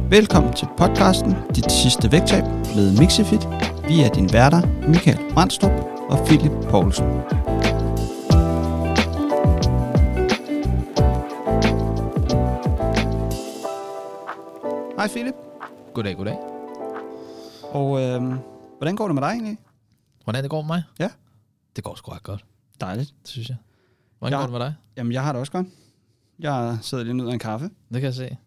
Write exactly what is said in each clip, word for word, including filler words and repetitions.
Velkommen til podcasten Dit Sidste Vægttab med Mixifit. Vi er dine værter, Michael Brandstrup og Philip Poulsen. Hej Philip. Goddag, goddag. Og øh, hvordan går det med dig egentlig? Hvordan det går med mig? Ja. Det går sgu ret godt. Dejligt. Det synes jeg. Hvordan Ja. går det med dig? Jamen, jeg har det også godt. Jeg sidder lige ned af en kaffe. Det kan jeg se.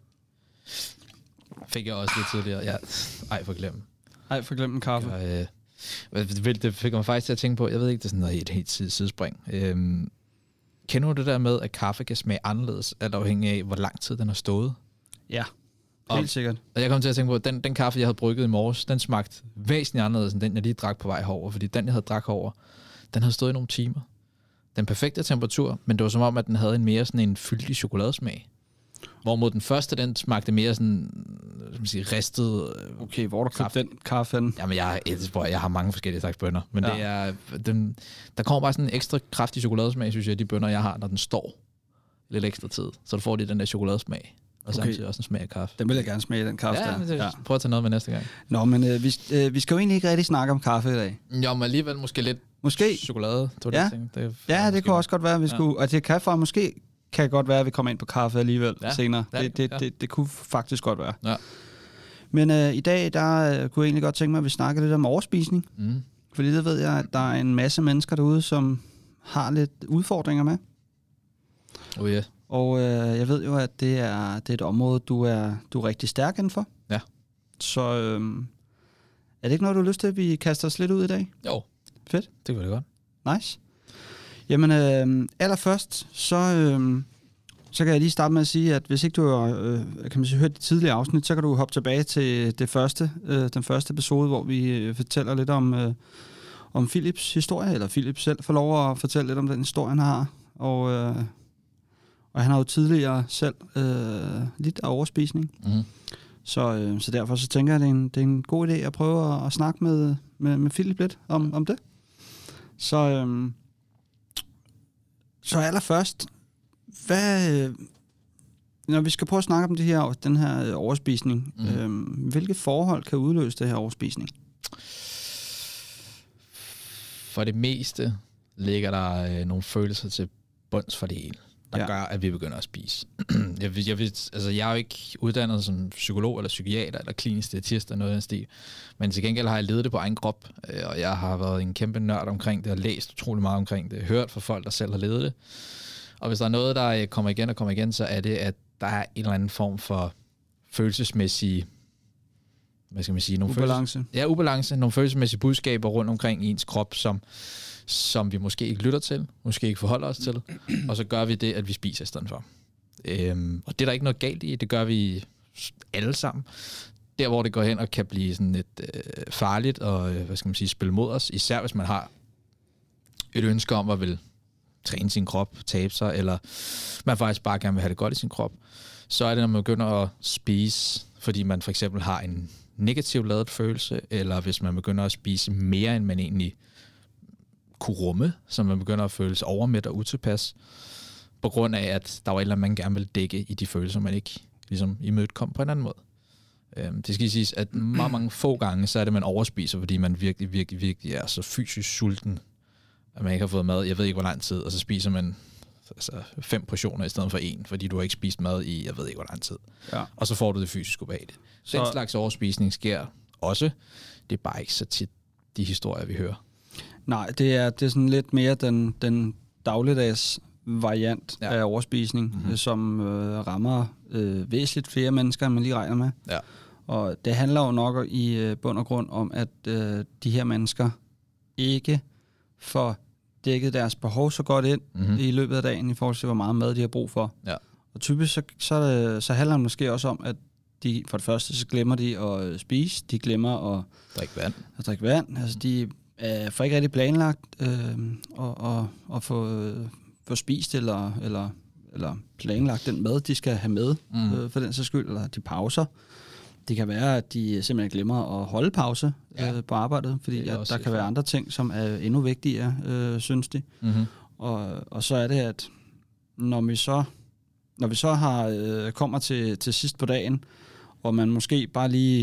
Fik jeg også lidt tidligere. Ja, ej, for glem. Ej, for glem en kaffe. Jeg, øh, det, det fik mig faktisk til at tænke på, jeg ved ikke, det er sådan noget helt, helt sidespring. Øhm, kender du det der med, at kaffe kan smage anderledes, alt afhængig af, hvor lang tid den har stået? Ja, helt og, sikkert. Og jeg kom til at tænke på, at den, den kaffe, jeg havde brygget i morges, den smagte væsentligt anderledes, end den, jeg lige drak på vej herover. Fordi den, jeg havde drak herover, den havde stået i nogle timer. Den perfekte temperatur, men det var som om, at den havde en mere sådan en fyldig chokoladesmag. Hvorimod den første, den smagte mere sådan, skal man sige, ristet. Okay, hvor du købte den kaffe? Jamen, jeg, jeg, jeg har mange forskellige slags bønner, men ja. det er, den, der kommer bare sådan en ekstra kraftig chokoladesmag, synes jeg, de bønner, jeg har, når den står lidt ekstra tid. Så du får lige den der chokoladesmag, og okay. samtidig også en smag af kaffe. Den vil jeg gerne smage, den kaffe ja, der. Det, ja, prøv at tage noget med næste gang. Nå, men øh, vi, øh, vi skal jo egentlig ikke rigtig snakke om kaffe i dag. Jo, men alligevel måske lidt måske. chokolade. Ja, det, ting. det, ja, det måske. kunne også godt være, at vi ja. skulle... Og det kan for måske kan godt være, at vi kommer ind på kaffe alligevel ja. senere. Ja, det, det, ja. det, det kunne faktisk godt være. Ja. Men øh, i dag, der øh, kunne jeg egentlig godt tænke mig, at vi snakker lidt om overspisning. Mm. Fordi det ved jeg, at der er en masse mennesker derude, som har lidt udfordringer med. Oh yeah. Og øh, jeg ved jo, at det er, det er et område, du er, du er rigtig stærk indenfor. Ja. Så øh, er det ikke noget, du har lyst til, at vi kaster os lidt ud i dag? Jo. Fedt. Det kunne det godt. Nice. Jamen, øh, allerførst, så, øh, så kan jeg lige starte med at sige, at hvis ikke du har øh, kan man sige, hørt de tidligere afsnit, så kan du hoppe tilbage til det første, øh, den første episode, hvor vi øh, fortæller lidt om, øh, om Philips historie, eller Philip selv får lov at fortælle lidt om den historie, han har. Og, øh, og han har jo tidligere selv øh, lidt af overspisning. Mm. Så, øh, så derfor så tænker jeg, at det er en, det er en god idé at prøve at, at snakke med, med, med Philip lidt om, om det. Så... Øh, Så allerførst, hvad, når vi skal prøve at snakke om det her, den her overspisning, mm. øhm, hvilke forhold kan udløse det her overspisning? For det meste ligger der øh, nogle følelser til bunds for det hele, der ja. gør, at vi begynder at spise. jeg, jeg, jeg, altså, jeg er jo ikke uddannet som psykolog eller psykiater eller klinisk diætist eller noget af den stil, men til gengæld har jeg levet det på egen krop, øh, og jeg har været en kæmpe nørd omkring det, og læst utrolig meget omkring det, hørt fra folk, der selv har levet det. Og hvis der er noget, der kommer igen og kommer igen, så er det, at der er en eller anden form for følelsesmæssige, hvad skal man sige? Nogle ubalance. Følelses- ja, ubalance. Nogle følelsesmæssige budskaber rundt omkring i ens krop, som som vi måske ikke lytter til, måske ikke forholder os til, og så gør vi det, at vi spiser i stedet for. Øhm, og det er der ikke noget galt i, det gør vi alle sammen. Der, hvor det går hen og kan blive sådan lidt øh, farligt, og øh, hvad skal man sige, spille mod os, især hvis man har et ønske om at vil træne sin krop, tabe sig, eller man faktisk bare gerne vil have det godt i sin krop, så er det, når man begynder at spise, fordi man for eksempel har en negativ ladet følelse, eller hvis man begynder at spise mere, end man egentlig kunne rumme, så man begynder at føle sig overmæt og utilpas, på grund af, at der var et eller andet, man gerne ville dække i de følelser, man ikke ligesom imødekom på en anden måde. Øhm, det skal siges, at meget mange få gange, så er det, man overspiser, fordi man virkelig, virkelig, virkelig er så fysisk sulten, at man ikke har fået mad, jeg ved ikke, hvor lang tid, og så spiser man altså, fem portioner i stedet for en, fordi du har ikke spist mad i, jeg ved ikke, hvor lang tid. Ja. Og så får du det fysisk ubehageligt. Så den slags overspisning sker også. Det er bare ikke så tit de historier, vi hører. Nej, det er, det er sådan lidt mere den, den dagligdags variant ja. af overspisning, mm-hmm. som øh, rammer øh, væsentligt flere mennesker, end man lige regner med. Ja. Og det handler jo nok i øh, bund og grund om, at øh, de her mennesker ikke får dækket deres behov så godt ind mm-hmm. i løbet af dagen, i forhold til, hvor meget mad de har brug for. Ja. Og typisk så, så, så handler det måske også om, at de for det første, så glemmer de at spise, de glemmer at drikke vand. At drikke vand. Altså, de øh, får ikke rigtig planlagt øh, og, og, og få, øh, få spist eller, eller, eller planlagt den mad, de skal have med, mm. øh, for den sags skyld, eller de pauser. Det kan være, at de simpelthen glemmer at holde pause ja. øh, på arbejdet, fordi at der kan være andre ting, som er endnu vigtigere, øh, synes de. Mm-hmm. Og, og så er det, at når vi så, når vi så har, øh, kommer til, til sidst på dagen, hvor man måske bare lige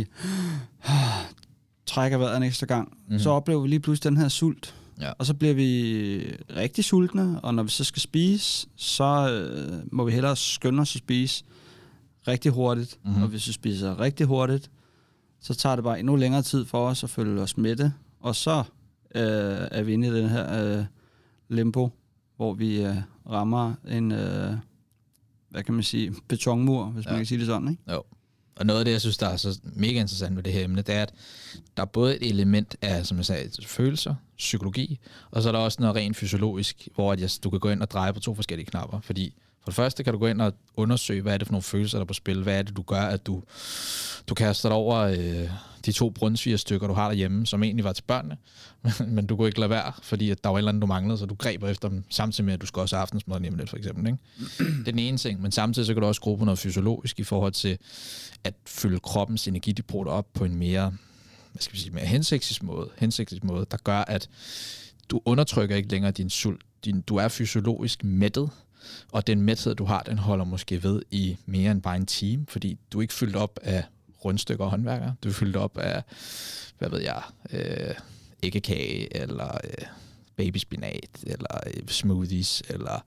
trækker vejret en ekstra gang, mm-hmm. så oplever vi lige pludselig den her sult. Ja. Og så bliver vi rigtig sultne, og når vi så skal spise, så øh, må vi hellere skynde os at spise rigtig hurtigt. Mm-hmm. Og hvis vi spiser rigtig hurtigt, så tager det bare endnu længere tid for os at følge os mætte. Og så øh, er vi inde i den her øh, limbo, hvor vi øh, rammer en, øh, hvad kan man sige, betonmur, hvis ja. man kan sige det sådan, ikke? Jo. Og noget af det, jeg synes, der er så mega interessant ved det her emne, det er, at der er både et element af, som jeg sagde, følelser, psykologi, og så er der også noget rent fysiologisk, hvor at jeg, du kan gå ind og dreje på to forskellige knapper. Fordi for det første kan du gå ind og undersøge, hvad er det for nogle følelser, der er på spil. Hvad er det, du gør, at du, du kaster dig over øh, de to brunsvigerstykker, du har derhjemme, som egentlig var til børnene, men du kunne ikke lade være, fordi at der var et eller andet, du manglede, så du greb efter dem, samtidig med, at du skal også have aftensmad hjemme lidt, for eksempel. Ikke? Det er den ene ting, men samtidig så kan du også skrue på noget fysiologisk i forhold til at fylde kroppens energidepot op på en mere, hvad skal vi sige, mere hensigtsmæssig måde, hensigtsmæssig måde, der gør, at du undertrykker ikke længere din sult. Din, du er fysiologisk mættet, og den mæthed, du har, den holder måske ved i mere end bare en time, fordi du er ikke fyldt op af rundstykker og håndværkere. Du er fyldt op af, hvad ved jeg, øh, æggekage, eller øh, babyspinat, eller øh, smoothies, eller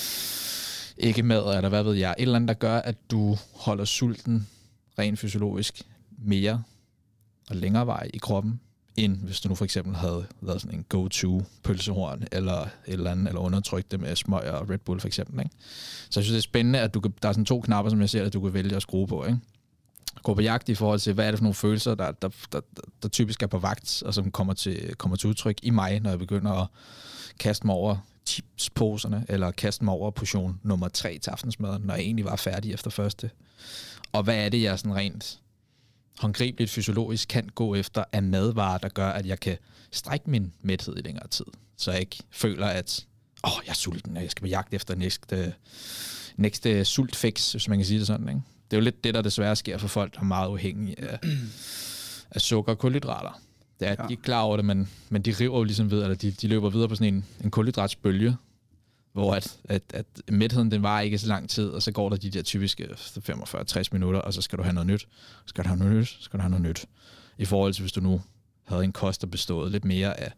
æggemad, eller hvad ved jeg. Et eller andet, der gør, at du holder sulten rent fysiologisk mere og længere vej i kroppen, end hvis du nu for eksempel havde lavet sådan en go-to pølsehorn, eller et eller andet, eller undertrykt det med smøg og Red Bull for eksempel. Ikke? Så jeg synes, det er spændende, at du kan, der er sådan to knapper, som jeg ser, at du kan vælge at skrue på. Ikke? Gå på jagt i forhold til, hvad er det for nogle følelser, der, der, der, der typisk er på vagt, og som kommer til, kommer til udtryk i mig, når jeg begynder at kaste mig over chipsposerne, eller kaste mig over portion nummer tre til aftensmaden, når jeg egentlig var færdig efter første. Og hvad er det, jeg sådan rent håndgribeligt fysiologisk kan gå efter af madvarer, der gør, at jeg kan strække min mæthed i længere tid. Så jeg ikke føler, at åh, jeg er sulten, og jeg skal på jagt efter næste, næste sultfix, hvis man kan sige det sådan. Ikke? Det er jo lidt det, der desværre sker for folk, der er meget afhængige af, af sukker og kulhydrater. Det er, at ja. de er klar over det, men, men de river jo ligesom ved, eller de, de løber videre på sådan en, en kulhydratsbølge, hvor at, at, at mætheden, den varer ikke så lang tid, og så går der de der typiske femogfyrre til tres minutter, og så skal du have noget nyt, skal du have noget nyt, skal du have noget nyt. I forhold til, hvis du nu havde en kost, der bestod lidt mere af,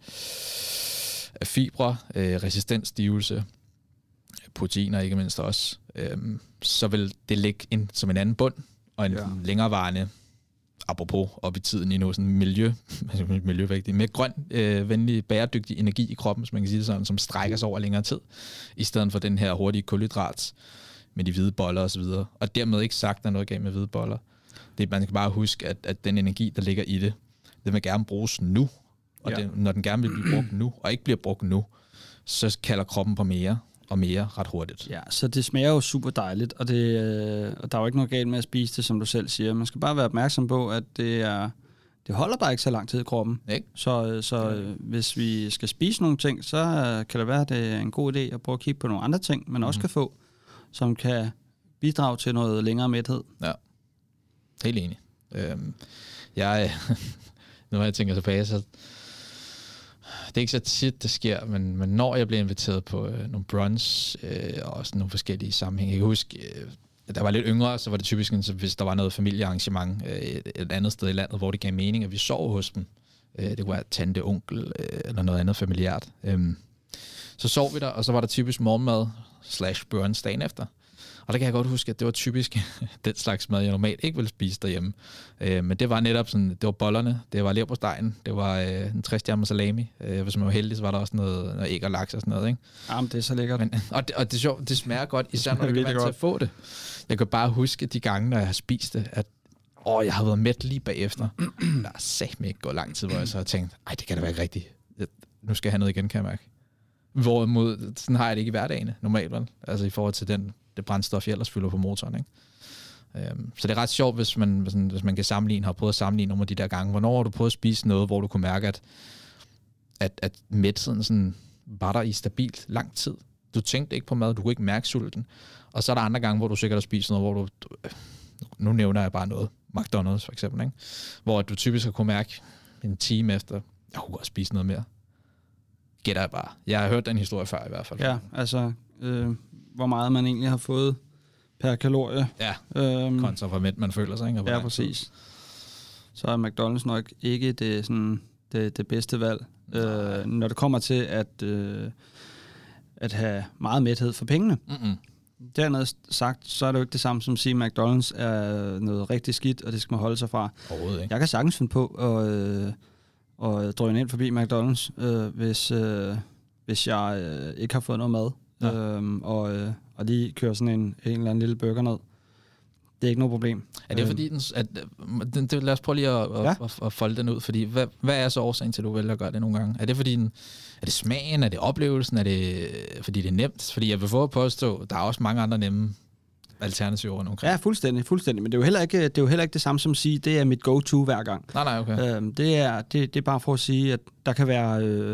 af fibre, øh, resistensstivelse, proteiner ikke mindst også, øh, så vil det ligge ind som en anden bund, og en ja. længerevarende, apropos op i tiden i noget sådan miljø, miljøvægtig, med grøn, øh, venlig, bæredygtig energi i kroppen, hvis man kan sige det sådan, som strækker sig over længere tid, i stedet for den her hurtige kulhydrat med de hvide boller og så videre. Og dermed ikke sagt, at der er noget galt med hvide boller. Det, man skal bare huske, at, at den energi, der ligger i det, den vil gerne bruges nu. Og ja. det, når den gerne vil blive brugt nu, og ikke bliver brugt nu, så kalder kroppen på mere og mere ret hurtigt. Ja, så det smager jo super dejligt, og, det, øh, og der er jo ikke noget galt med at spise det, som du selv siger. Man skal bare være opmærksom på, at det er det holder bare ikke så lang tid i kroppen. Ikke? Så, så øh, hvis vi skal spise nogle ting, så øh, kan det være, at det er en god idé at prøve at kigge på nogle andre ting, man også mm. kan få, som kan bidrage til noget længere mæthed. Ja, helt enig. Øhm, jeg, når jeg tænker tilbage, så det er ikke så tit, det sker, men, men når jeg bliver inviteret på øh, nogle brunch øh, og også nogle forskellige sammenhænge. Jeg kan huske, øh, da jeg var lidt yngre, så var det typisk, så hvis der var noget familiearrangement øh, et, et andet sted i landet, hvor det gav mening, at vi sov hos dem. Øh, det kunne være tante, onkel øh, eller noget andet familiært. Øh, så sov vi der, og så var der typisk morgenmad slash brunch dagen efter. Og der kan jeg godt huske, at det var typisk den slags mad, jeg normalt ikke ville spise derhjemme. Øh, men det var netop sådan, det var bollerne, det var leverpostejen, det var øh, en tres-stjerner salami. Øh, hvis man var heldig, så var der også noget, noget æg og laks og sådan noget, ikke? Jamen, det er så lækkert. Men, og, det, og det er sjovt, det smager godt, især når du kan til at få det. Jeg kan bare huske de gange, når jeg har spist det, at åh, jeg har været mæt lige bagefter. Der er satme ikke gået lang tid, hvor jeg så har tænkt, ej, det kan da være ikke rigtigt. Nu skal jeg have noget igen, kan jeg mærke. Hvorimod, sådan har jeg det ikke i hverdagen, normalt, vel? Altså i forhold til den det brændstof, jeg ellers fylder på motoren. Ikke? Øhm, så det er ret sjovt, hvis man, hvis, hvis man kan sammenligne, har prøvet at sammenligne nogle af de der gange. Hvornår har du prøvet at spise noget, hvor du kunne mærke, at, at, at mætheden sådan var der i stabilt lang tid? Du tænkte ikke på mad, du kunne ikke mærke sulten. Og så er der andre gange, hvor du sikkert har spist noget, hvor du, du nu nævner jeg bare noget, McDonald's for eksempel, ikke? Hvor du typisk har kunne mærke en time efter, jeg kunne godt spise noget mere. Gætter jeg bare. Jeg har hørt den historie før i hvert fald. Ja, altså... Øh hvor meget man egentlig har fået per kalorie. Ja, øhm, kontra hvor mæt man føler sig, ikke? Ja, præcis. Så er McDonald's nok ikke det, sådan, det, det bedste valg. Øh, når det kommer til at, øh, at have meget mæthed for pengene. Mm-mm. Dernede sagt, så er det jo ikke det samme som at sige, at McDonald's er noget rigtig skidt, og det skal man holde sig fra. Overhovedet ikke. Jeg kan sagtens finde på at, øh, at drøne ind forbi McDonald's, øh, hvis, øh, hvis jeg øh, ikke har fået noget mad, ja. øhm, og, øh, og lige køre sådan en, en eller anden lille burger ned. Det er ikke noget problem. Er det fordi, den, at, den, det, lad os prøve lige at, ja. at, at, at folde den ud, fordi hvad, hvad er så årsagen til, at du vælger at gøre det nogle gange? Er det fordi, den, er det smagen, er det oplevelsen, er det fordi det er nemt? Fordi jeg vil få at påstå, der er også mange andre nemme alternativer rundt omkring. Ja, fuldstændig, fuldstændig. Men det er jo heller ikke det, er jo heller ikke det samme som at sige, det er mit go-to hver gang. Nej, nej, okay. Øhm, det, er, det, det er bare for at sige, at der kan være... Øh,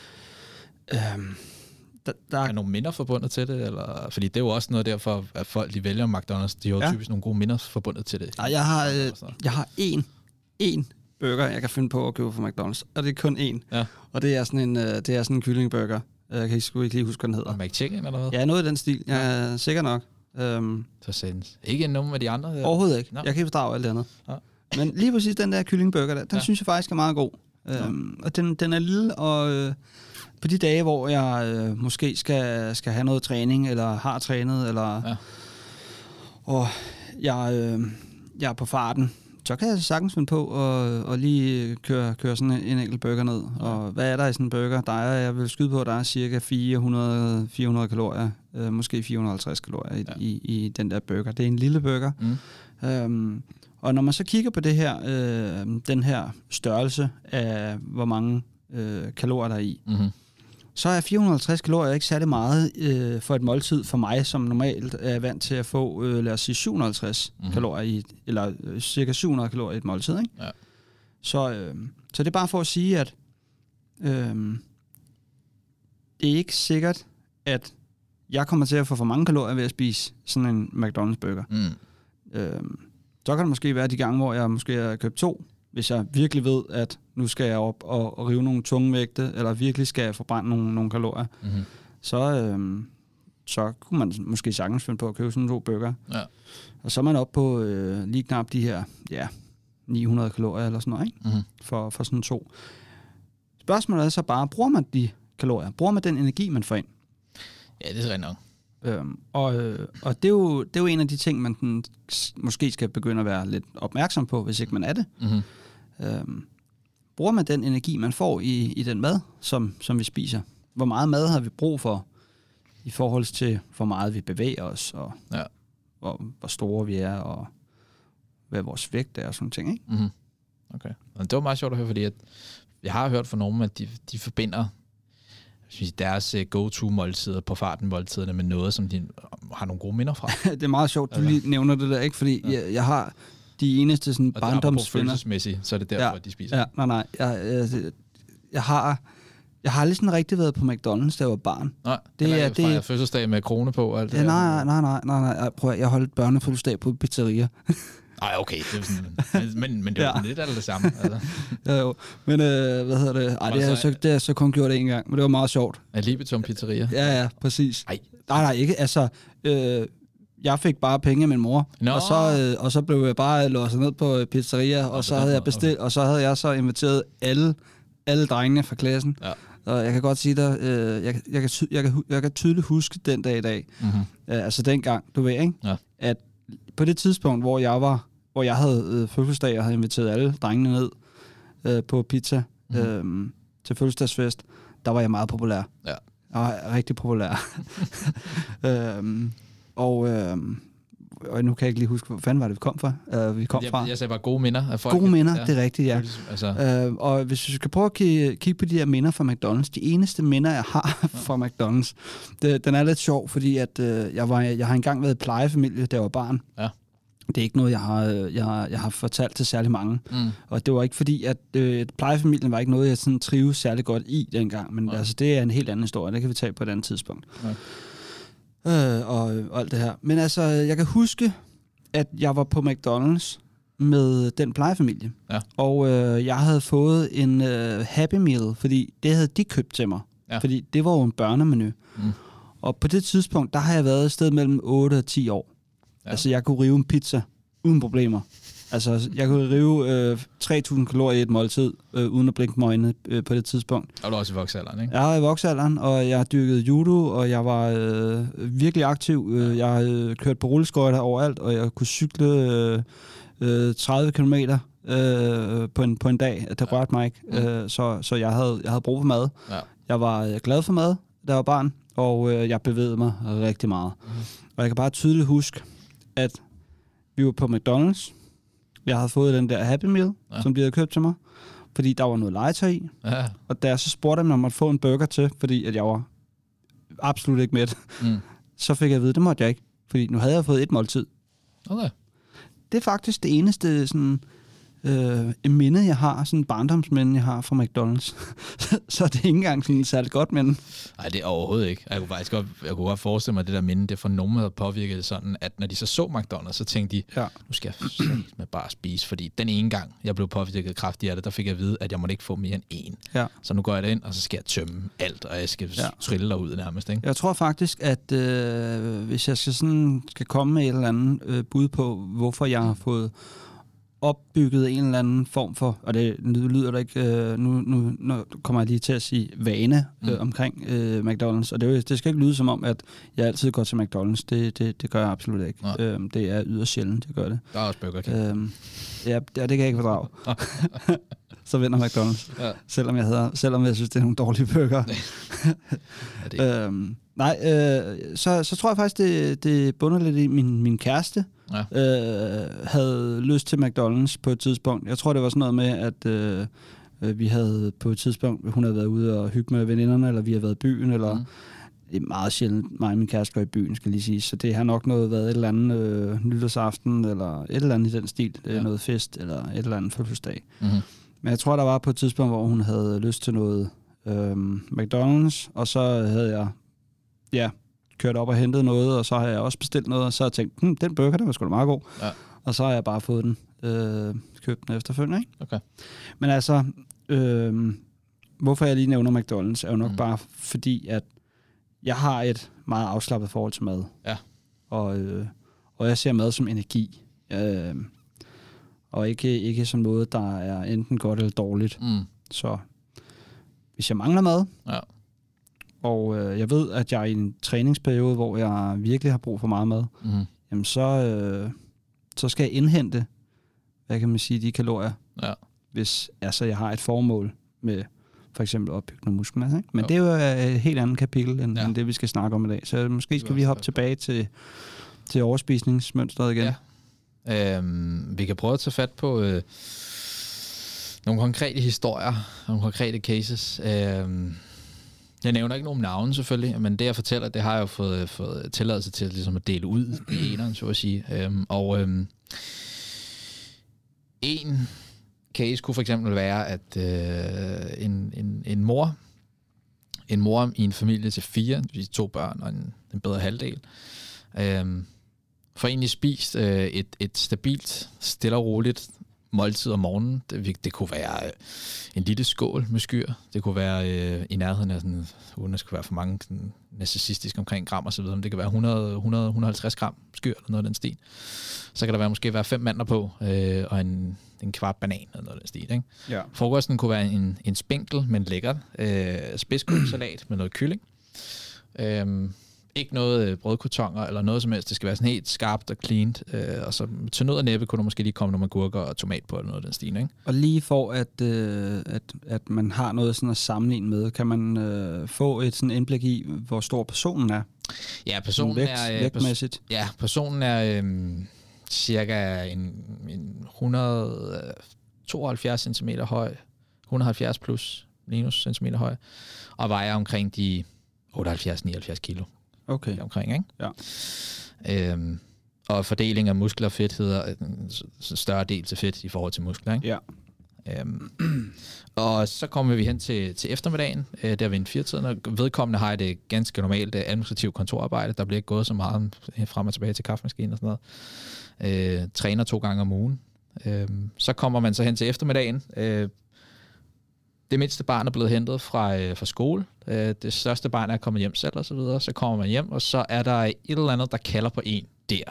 øh, Der, der er nogle minder forbundet til det? Eller? Fordi det er jo også noget derfor, at folk de vælger McDonald's. De har jo ja. typisk nogle gode minder forbundet til det. Nej, jeg har, øh, jeg har én, én burger, jeg kan finde på at købe fra McDonald's. Og det er kun én. Ja. Og det er sådan en, øh, det er sådan en kyllingburger. Jeg kan sgu ikke lige huske, hvad den hedder. Og McChicken eller hvad? Ja, noget i den stil. Jeg er sikker nok. Um, så sendes. Ikke nogen af de andre? Der. Overhovedet ikke. No. Jeg kan ikke fordrage alt det andet. Ja. Men lige præcis den der kyllingburger der, den ja. synes jeg faktisk er meget god. Um, ja. Og den, den er lille, og... Øh, på de dage, hvor jeg øh, måske skal, skal have noget træning, eller har trænet, eller ja. og jeg, øh, jeg er på farten, så kan jeg sagtens finde på at, at lige køre, køre sådan en enkelt burger ned. Ja. Og hvad er der i sådan en burger? Der er, jeg vil skyde på, at der er cirka fire hundrede, fire hundrede kalorier, øh, måske fire hundrede og halvtreds kalorier i, ja. i, i den der burger. Det er en lille burger. Mm. Øhm, og når man så kigger på det her, øh, den her størrelse af, hvor mange øh, kalorier der er i, mm-hmm. så er fire hundrede og halvtreds kalorier ikke særlig meget øh, for et måltid for mig, som normalt er vant til at få, øh, lad os sige, syv hundrede og halvtreds mm-hmm. kalorier i, eller øh, cirka syv hundrede kalorier i et måltid, ikke? Ja. Så, øh, så det er bare for at sige, at øh, det er ikke sikkert, at jeg kommer til at få for mange kalorier ved at spise sådan en McDonald's burger. Mm. Øh, så kan det måske være de gange, hvor jeg måske har købt to, hvis jeg virkelig ved, at nu skal jeg op og, og rive nogle tunge vægte, eller virkelig skal jeg forbrænde nogle, nogle kalorier, mm-hmm. så, øhm, så kunne man måske sagtens finde på at købe sådan to burger. Ja. Og så er man oppe på øh, lige knap de her ja, ni hundrede kalorier eller sådan noget, ikke? Mm-hmm. For, for sådan to. Spørgsmålet er så bare, bruger man de kalorier? Bruger man den energi, man får ind? Ja, det er rigtig nok. Øhm, og øh, og det, er jo, det er jo en af de ting, man den, måske skal begynde at være lidt opmærksom på, hvis ikke man er det. Mm-hmm. Øhm, bruger man den energi, man får i, i den mad, som, som vi spiser? Hvor meget mad har vi brug for i forhold til, hvor meget vi bevæger os, og ja. hvor, hvor store vi er, og hvad vores vægt er, og sådan ting, ikke? Mm-hmm. Okay. Og det var meget sjovt at høre, fordi at jeg har hørt fra nogen, at de, de forbinder deres go-to-måltider på farten måltiderne med noget, som de har nogle gode minder fra. Det er meget sjovt, du lige nævner det der, ikke? Fordi ja. jeg, jeg har de eneste sådan barndomsvenner. Og følelsesmæssigt, så er det derfor, ja, de spiser. Ja, nej, nej. Jeg, jeg, jeg har... Jeg har aldrig sådan rigtig været på McDonald's, da jeg var barn. Nej, det er det. Det fødselsdag med krone på og alt det. Ja, nej, nej, nej, nej, nej. Prøv at, jeg holdt børnefødselsdag på pizzeria. Nej, okay, det er sådan, men, men, men det er jo ja. lidt af det samme. Altså. Ja, jo. Men øh, hvad hedder det? Ej, det har så, så, det har så kun gjort det en gang, men det var meget sjovt. At Libetum Pizzeria? Ja, ja, præcis. Ej. Nej, nej, ikke. Altså, øh, jeg fik bare penge af min mor, no. og, så, øh, og så blev jeg bare låst ned på pizzeria, og, og så havde jeg bestilt, okay. og så havde jeg så inviteret alle, alle drengene fra klassen. Ja. Og jeg kan godt sige dig, øh, jeg, jeg, kan ty- jeg, kan, jeg kan tydeligt huske den dag i dag, mm-hmm. øh, altså dengang, du ved, ikke? Ja. At på det tidspunkt, hvor jeg var, hvor jeg havde øh, fødselsdag, og havde inviteret alle drengene ned øh, på pizza mm-hmm. øh, til fødselsdagsfest, der var jeg meget populær. Ja. Jeg var rigtig populær. øhm, og, øhm, og nu kan jeg ikke lige huske, hvor fanden var det, vi kom fra? Uh, vi kom jeg, fra. Jeg sagde bare gode minder af folk. Gode minder, ja. Det er rigtigt, ja. Altså. Øh, og hvis vi skal prøve at kigge, kigge på de her minder fra McDonald's, de eneste minder, jeg har ja. fra McDonald's, det, den er lidt sjov, fordi at, øh, jeg, var, jeg har engang været i plejefamilie, da jeg var barn. Ja. Det er ikke noget, jeg har, jeg, har, jeg har fortalt til særlig mange. Mm. Og det var ikke fordi, at øh, plejefamilien var ikke noget, jeg sådan trives særlig godt i dengang. Men ja. altså, det er en helt anden historie. Det kan vi tage på et andet tidspunkt. Ja. Øh, og, og alt det her. Men altså, jeg kan huske, at jeg var på McDonald's med den plejefamilie. Ja. Og øh, jeg havde fået en øh, Happy Meal, fordi det havde de købt til mig. Ja. Fordi det var jo en børnemenu. Mm. Og på det tidspunkt, der har jeg været et sted mellem otte og ti år. Ja. Altså, jeg kunne rive en pizza uden problemer. Altså, jeg kunne rive øh, tre tusind kalorier i et måltid, øh, uden at blinke mig øjnene øh, på det tidspunkt. Og du er også i voksealderen, ikke? Jeg var i voksealderen, og jeg dyrkede judo, og jeg var øh, virkelig aktiv. Øh, jeg havde øh, kørt på rulleskøjter overalt, og jeg kunne cykle øh, øh, tredive kilometer øh, på, en, på en dag. Det rørte mig ikke. Mm. Øh, så så jeg, havde, jeg havde brug for mad. Ja. Jeg var glad for mad, da jeg var barn, og øh, jeg bevægede mig rigtig meget. Mm. Og jeg kan bare tydeligt huske, at vi var på McDonald's. Jeg havde fået den der Happy Meal, ja. som de havde købt til mig, fordi der var noget legetøj i. Ja. Og da jeg så spurgte dem, om jeg måtte få en burger til, fordi at jeg var absolut ikke mæt, mm. så fik jeg at vide, det måtte jeg ikke, fordi nu havde jeg fået et måltid. Okay. Det er faktisk det eneste sådan, øh, minde, jeg har, sådan en barndomsminde, jeg har fra McDonald's. Så det er ikke engang sådan særligt godt minde. Nej, det er overhovedet ikke. Jeg kunne faktisk godt, jeg kunne godt forestille mig, at det der minde, det for nogen havde påvirket det sådan, at når de så så McDonald's, så tænkte de, ja. nu skal jeg med bare spise, fordi den ene gang, jeg blev påvirket kraftigt af det, der fik jeg at vide, at jeg måtte ikke få mere end én. Ja. Så nu går jeg ind, og så skal jeg tømme alt, og jeg skal ja. trille derud nærmest. Ikke? Jeg tror faktisk, at øh, hvis jeg skal, sådan, skal komme med et eller andet øh, bud på, hvorfor jeg har fået opbygget en eller anden form for, og det lyder da ikke, øh, nu, nu, nu kommer jeg lige til at sige vane øh, mm. omkring øh, McDonald's, og det, det skal ikke lyde som om, at jeg altid går til McDonald's. Det, det, det gør jeg absolut ikke. Øh, det er yderst sjældent, det gør det. Der er også Burger King. Øh, ja, det kan jeg ikke fordrage. Så vinder McDonald's. Ja. Selvom, jeg hedder, selvom jeg synes, det er nogle dårlige burger. ja, øhm, nej, øh, så, så tror jeg faktisk, det, det bunder lidt i min, min kæreste. Ja. Øh, havde lyst til McDonald's på et tidspunkt. Jeg tror, det var sådan noget med, at øh, vi havde på et tidspunkt, hun havde været ude og hygge med veninderne, eller vi havde været i byen, eller mm. det er meget sjældent, mig og min kæreste går i byen, skal lige sige. Så det har nok noget været et eller andet øh, nytårsaften, eller et eller andet i den stil, ja. noget fest, eller et eller andet fødselsdag. Mm-hmm. Men jeg tror, der var på et tidspunkt, hvor hun havde lyst til noget øh, McDonald's, og så havde jeg ja, kørt op og hentet noget, og så har jeg også bestilt noget, og så har jeg tænkt, hm, den burger, der var sgu da meget god. Ja. Og så har jeg bare fået den, øh, købt den efterfølgende, ikke? Okay. Men altså, øh, hvorfor jeg lige nævner McDonald's, er jo nok mm. bare fordi, at jeg har et meget afslappet forhold til mad. Ja. Og, øh, og jeg ser mad som energi. Øh, og ikke, ikke som noget, der er enten godt eller dårligt. Mm. Så hvis jeg mangler mad, ja. og øh, jeg ved, at jeg er i en træningsperiode, hvor jeg virkelig har brug for meget mad, mm. jamen så, øh, så skal jeg indhente, hvad kan man sige, de kalorier, ja. hvis altså, jeg har et formål med for eksempel opbygge nogle muskler. Ikke? Men jo. det er jo et helt andet kapitel, end, ja. end det, vi skal snakke om i dag. Så måske skal vi hoppe tilbage til, til overspisningsmønstret igen. Ja. Øhm, vi kan prøve at tage fat på øh, nogle konkrete historier, nogle konkrete cases. Øhm, jeg nævner ikke nogen navne selvfølgelig, men det jeg fortæller, det har jeg jo fået, fået tilladelse til ligesom at dele ud i eneren, så at sige. Øhm, og øhm, en case kunne for eksempel være, at øh, en, en, en mor, en mor i en familie til fire, to børn og en, en bedre halvdel, øh, får egentlig spist øh, et, et stabilt, stille og roligt måltid om morgenen. Det, det kunne være øh, en lille skål med skyr. Det kunne være øh, i nærheden af sådan, uden at skulle være for mange sådan, narcissistisk omkring gram og så videre, men det kan være hundrede, hundrede, hundrede og halvtreds gram skyr eller noget af den stil. Så kan der være måske være fem mandler på, øh, og en, en kvart banan eller noget af den stil. Ikke? Ja. Frokosten kunne være en, en spinkel, men lækker øh, spidskålsalat med noget kylling. Øh, ikke noget brødkartoner eller noget som helst. Det skal være sådan helt skarpt og cleant. Øh, og så til nød og næppe kunne der måske lige komme nogle agurker og tomat på eller noget af den stil. Ikke? Og lige for at, øh, at, at man har noget sådan at sammenligne med, kan man øh, få et sådan indblik i, hvor stor personen er? Ja, personen vægt, er... Øh, vægtmæssigt. Ja, personen er øh, cirka en, en et hundrede og tooghalvfjerds centimeter høj, et hundrede og halvfjerds plus minus centimeter høj, og vejer omkring de otteoghalvfjerds til nioghalvfjerds kilo. Okay. Omkring, ikke? Ja. Øhm, og fordeling af muskler og fedt hedder en større del til fedt i forhold til muskler, ikke? Ja. Øhm, og så kommer vi hen til, til eftermiddagen, øh, der ved en firetiden, og vedkommende har det ganske normalt administrativt kontorarbejde. Der bliver ikke gået så meget frem og tilbage til kaffemaskinen og sådan noget. Øh, træner to gange om ugen. Øh, så kommer man så hen til eftermiddagen. Øh, Det mindste barn er blevet hentet fra, øh, fra skole. Øh, det største barn er kommet hjem selv og så videre. Så kommer man hjem, og så er der et eller andet, der kalder på en der.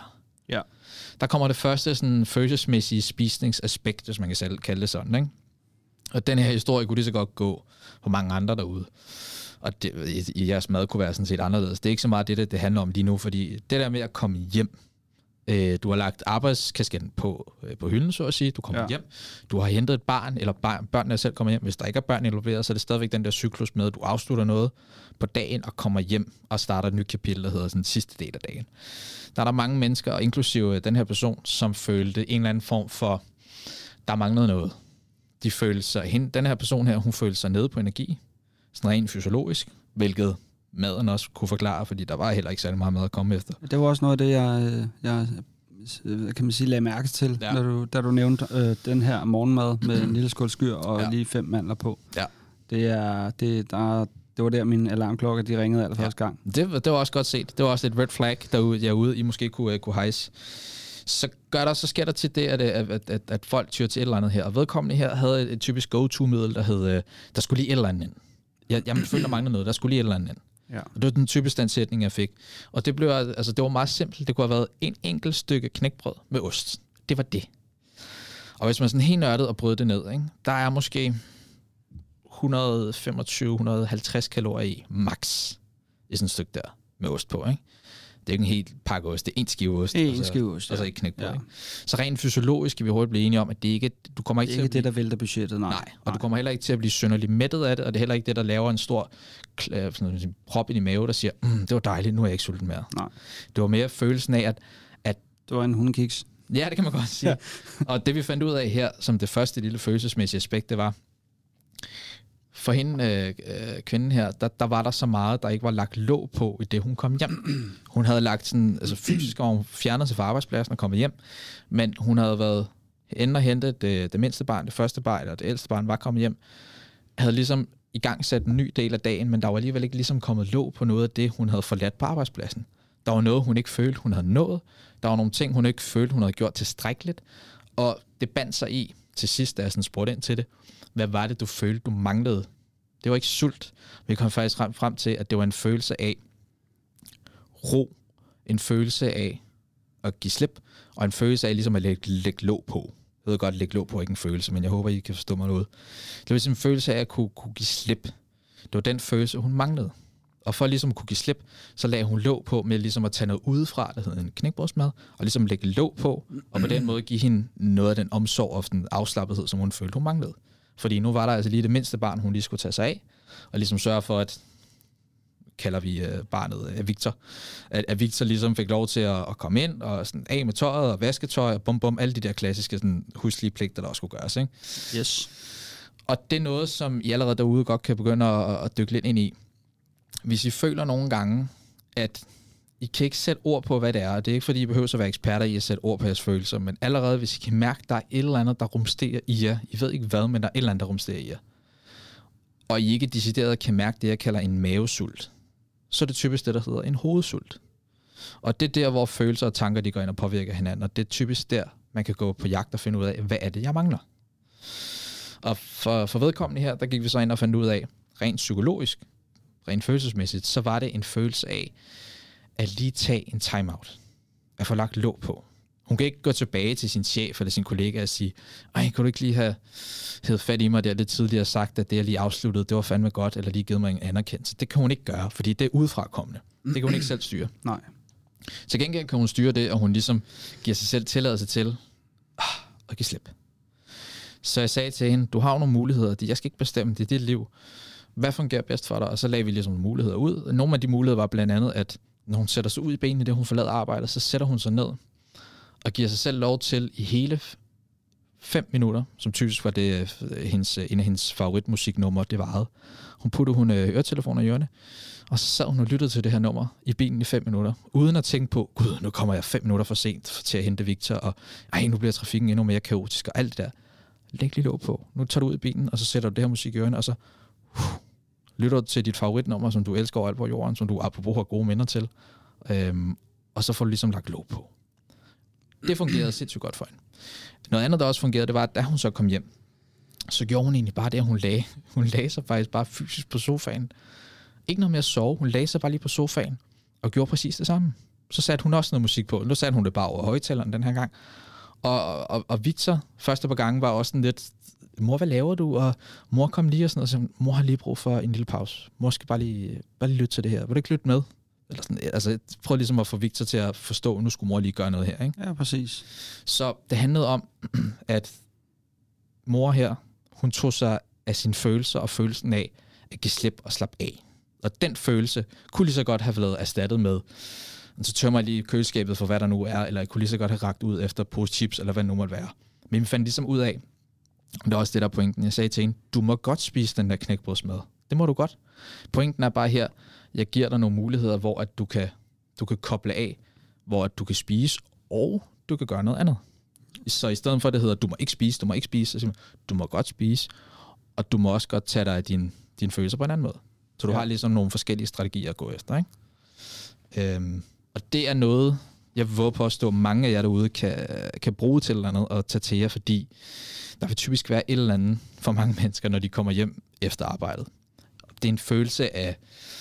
Ja. Der kommer det første sådan, følelsesmæssige spisningsaspekt, hvis man kan selv kalde det sådan. Ikke? Og den her historie kunne lige så godt gå på mange andre derude. Og det, i, i jeres mad kunne være sådan set anderledes. Det er ikke så meget det, det, det handler om lige nu, fordi det der med at komme hjem, øh, du har lagt arbejdskasketten på, øh, på hylden, så at sige, du kommer ja. hjem, du har hentet et barn, eller barn, børnene selv kommer hjem, hvis der ikke er børn involveret, så er det stadigvæk den der cyklus med, at du afslutter noget på dagen og kommer hjem og starter et nyt kapitel, der hedder sådan sidste del af dagen. Der er der mange mennesker, og inklusive den her person, som følte en eller anden form for, der manglede noget. De følte sig, hende, den her person her, hun følte sig nede på energi, sådan rent fysiologisk, hvilket maden også kunne forklare, fordi der var heller ikke særlig meget mad at komme efter. Det var også noget af det, jeg, jeg kan man sige, lagde mærke til, ja. da, du, da du nævnte øh, den her morgenmad med en lille skål skyr og ja. lige fem mandler på. Ja. Det, er, det, der, det var der, mine alarmklokker de ringede allerførste ja. gang. Det, det var også godt set. Det var også et red flag derude, derude I måske kunne, kunne hejse. Så, gør der, så sker der til det, at, at, at, at folk tyrer til et eller andet her. Og vedkommende her havde et, et typisk go-to-middel, der hed, der skulle lige et eller andet ind. Jeg, jeg følte, der manglede noget. Der skulle lige et eller andet ind. Ja. Og det var den typiske den sætning, jeg fik. Og det blev altså det var meget simpelt. Det kunne have været en enkelt stykke knækbrød med ost. Det var det. Og hvis man sådan helt nørdet og brød det ned, ikke, der er måske et hundrede og femogtyve til et hundrede og halvtreds kalorier i max i sådan et stykke der med ost på, ikke? Det er ikke en helt pakke ost, det er en skive ost. En altså, skive ost, ja. Altså ikke knækbrød, ja. Ikke? Så rent fysiologisk skal vi hurtigt blive enige om, at det ikke du kommer ikke det er til ikke at blive, det, der vælter budgettet, nej. Nej, og nej. du kommer heller ikke til at blive synderligt mættet af det, og det er heller ikke det, der laver en stor sådan en prop i din mave, der siger, mm, det var dejligt, nu er jeg ikke sulten mere. Nej. Det var mere følelsen af, at, at... Det var en hundekiks. Ja, det kan man godt sige. Ja. Og det vi fandt ud af her, som det første lille følelsesmæssige aspekt, det var, for hende, øh, kvinden her, der, der var der så meget, der ikke var lagt låg på, i det hun kom hjem. Hun havde lagt sådan, altså fysisk, og hun fjernede sig fra arbejdspladsen og kommet hjem, men hun havde været inde og hentet det, det mindste barn, det første barn, eller det ældste barn var kommet hjem, havde ligesom i gang sat en ny del af dagen, men der var alligevel ikke ligesom kommet låg på noget af det, hun havde forladt på arbejdspladsen. Der var noget, hun ikke følte, hun havde nået. Der var nogle ting, hun ikke følte, hun havde gjort tilstrækkeligt, og det bandt sig i, til sidst, da jeg sådan spurgte ind til det, hvad var det, du følte, du manglede? Det var ikke sult. Vi kom faktisk frem, frem til, at det var en følelse af ro, en følelse af at give slip, og en følelse af ligesom at lægge, lægge låg på. Jeg ved godt, lægge låg på ikke en følelse, men jeg håber, I kan forstå mig noget. Det var ligesom en følelse af at kunne, kunne give slip. Det var den følelse, hun manglede. Og for ligesom at kunne give slip, så lagde hun låg på med ligesom at tage noget udefra, der hedder en knækbrødsmad, og ligesom lægge låg på, og på den måde give hende noget af den omsorg og den afslappethed, som hun følte, hun manglede. Fordi nu var der altså lige det mindste barn, hun lige skulle tage sig af, og ligesom sørge for, at, kalder vi uh, barnet uh, Victor, at, at Victor ligesom fik lov til at, at komme ind, og sådan af med tøjet, og vasketøj, og bum bum, alle de der klassiske sådan, huslige pligter, der også skulle gøres. Ikke? Yes. Og det er noget, som I allerede derude godt kan begynde at, at dykke lidt ind i. Hvis I føler nogle gange, at I kan ikke sætte ord på, hvad det er, og det er ikke, fordi I behøver at være eksperter i at sætte ord på jeres følelser, men allerede, hvis I kan mærke, at der er et eller andet, der rumsterer i jer, I ved ikke hvad, men der er et eller andet, der rumsterer i jer, og I ikke decideret kan mærke det, jeg kalder en mavesult, så er det typisk det, der hedder en hovedsult. Og det er der, hvor følelser og tanker, de går ind og påvirker hinanden, og det er typisk der, man kan gå på jagt og finde ud af, hvad er det, jeg mangler. Og for, for vedkommende her, der gik vi så ind og fandt ud af, rent psykologisk, rent følelsesmæssigt, så var det en følelse af, at lige tage en timeout. At få lagt låg på. Hun kan ikke gå tilbage til sin chef eller sin kollega og sige, ej, kunne du ikke lige have hævet fat i mig der lidt tidligere sagt, at det jeg lige afsluttede, det var fandme godt, eller lige givet mig en anerkendelse. Det kan hun ikke gøre, fordi det er udefrakommende. Det kan hun ikke selv styre. Nej. Til gengæld kan hun styre det, og hun ligesom giver sig selv tilladelse til ah, at give slip. Så jeg sagde til hende, du har jo nogle muligheder, jeg skal ikke bestemme, det er dit liv. Hvad fungerer bedst for dig? Og så lagde vi ligesom nogle muligheder ud. Nogle af de muligheder var blandt andet, at når hun sætter sig ud i benene, det hun forlader arbejdet, så sætter hun sig ned og giver sig selv lov til i hele fem minutter, som typisk var det hendes, en af hendes favoritmusiknumre, det varede. Hun puttede hun øretelefoner i ørerne, og så sad hun og lyttede til det her nummer i bilen i fem minutter, uden at tænke på, gud, nu kommer jeg fem minutter for sent til at hente Victor, og ej, nu bliver trafikken endnu mere kaotisk, og alt det der. Læg lige låg på. Nu tager du ud i bilen, og så sætter du det her musik i ørerne, og så uh, lytter du til dit favoritnummer, som du elsker overalt på jorden, som du apropos har gode minder til, øhm, og så får du ligesom lagt låg på. Det fungerede sindssygt godt for hende. Noget andet, der også fungerede, det var, at da hun så kom hjem, så gjorde hun egentlig bare det, at hun lagde. Hun lagde sig faktisk bare fysisk på sofaen. Ikke noget med at sove. Hun lagde sig bare lige på sofaen og gjorde præcis det samme. Så satte hun også noget musik på. Nu satte hun det bare over højtaleren den her gang. Og, og, og Victor, første par gange, var også sådan lidt, mor, hvad laver du? Og mor kom lige og sådan noget, så mor har lige brug for en lille pause. Mor skal bare lige, bare lige lytte til det her. Vil du ikke lytte med? Eller sådan, altså, prøv ligesom at få Victor til at forstå, nu skulle mor lige gøre noget her, ikke? Ja, præcis. Så det handlede om, at mor her, hun tog sig af sine følelser og følelsen af at give slip og slappe af. Og den følelse kunne lige så godt have været erstattet med, så tømmer jeg lige køleskabet for, hvad der nu er, eller jeg kunne lige så godt have rakt ud efter pose chips, eller hvad det nu måtte være. Men vi fandt ligesom ud af, og det er også det, der er pointen. Jeg sagde til hende, du må godt spise den der knækbrødsmad. Det må du godt. Pointen er bare her, jeg giver dig nogle muligheder, hvor at du kan, du kan koble af, hvor at du kan spise, og du kan gøre noget andet. Så i stedet for, at det hedder, du må ikke spise, du må ikke spise, så siger man, du må godt spise, og du må også godt tage dig af dine din følelser på en anden måde. Så du ja. har ligesom nogle forskellige strategier at gå efter, ikke? Øhm, og det er noget, jeg vil påstå, at mange af jer derude kan, kan bruge til eller andet og tage til jer, fordi der vil typisk være et eller andet for mange mennesker, når de kommer hjem efter arbejdet. Det er en følelse af,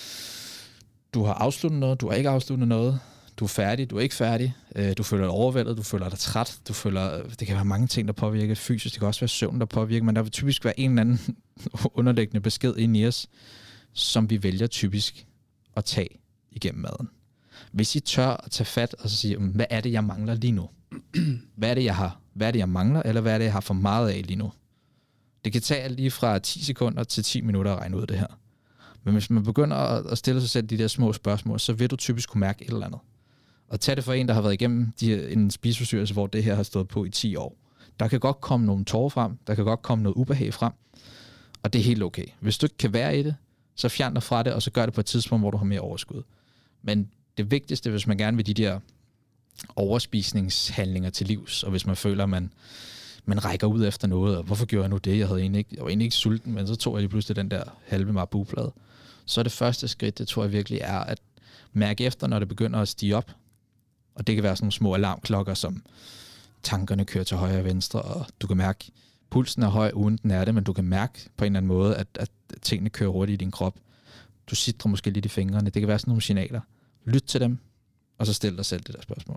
du har afsluttet noget, du har ikke afsluttet noget, du er færdig, du er ikke færdig, du føler dig overvældet, du føler dig træt, du føler, det kan være mange ting, der påvirker fysisk, det kan også være søvn, der påvirker, men der vil typisk være en eller anden underliggende besked ind i os, som vi vælger typisk at tage igennem maden. Hvis I tør at tage fat og så sige, hvad er det, jeg mangler lige nu? Hvad er det, jeg har? Hvad er det, jeg mangler, eller hvad er det, jeg har for meget af lige nu? Det kan tage lige fra ti sekunder til ti minutter at regne ud det her. Men hvis man begynder at stille sig selv de der små spørgsmål, så vil du typisk kunne mærke et eller andet. Og tag det for en, der har været igennem de, en spiseforstyrrelse, hvor det her har stået på i ti år. Der kan godt komme nogle tårer frem, der kan godt komme noget ubehag frem, og det er helt okay. Hvis du ikke kan være i det, så fjern dig fra det, og så gør det på et tidspunkt, hvor du har mere overskud. Men det vigtigste, hvis man gerne vil de der overspisningshandlinger til livs, og hvis man føler, at man, man rækker ud efter noget, og hvorfor gjorde jeg nu det? Jeg, havde egentlig ikke, jeg var egentlig ikke sulten, men så tog jeg lige pludselig den der halve marabu-plade. Så er det første skridt, det tror jeg virkelig er at mærke efter, når det begynder at stige op. Og det kan være sådan nogle små alarmklokker, som tankerne kører til højre og venstre, og du kan mærke, pulsen er høj, uden den er det, men du kan mærke på en eller anden måde, at, at tingene kører hurtigt i din krop. Du sidder måske lidt i fingrene. Det kan være sådan nogle signaler. Lyt til dem, og så stil dig selv det der spørgsmål.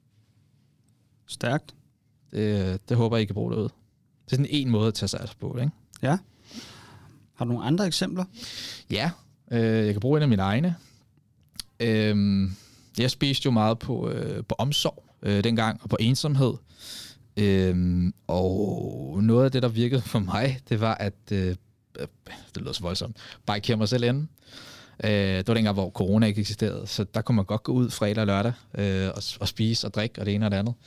Stærkt. Det, det håber jeg, I kan bruge derude. Det er sådan en måde at tage sig på, ikke? Ja. Har du nogle andre eksempler? Ja, øh, jeg kan bruge en af mine egne. Øh, jeg spiste jo meget på, øh, på omsorg øh, dengang, og på ensomhed. Øh, og noget af det, der virkede for mig, det var, at øh, det lyder så voldsomt, bare kære mig selv ind. Øh, det var dengang, hvor corona ikke eksisterede, så der kunne man godt gå ud fredag og lørdag øh, og, og spise og drikke og det ene og det andet.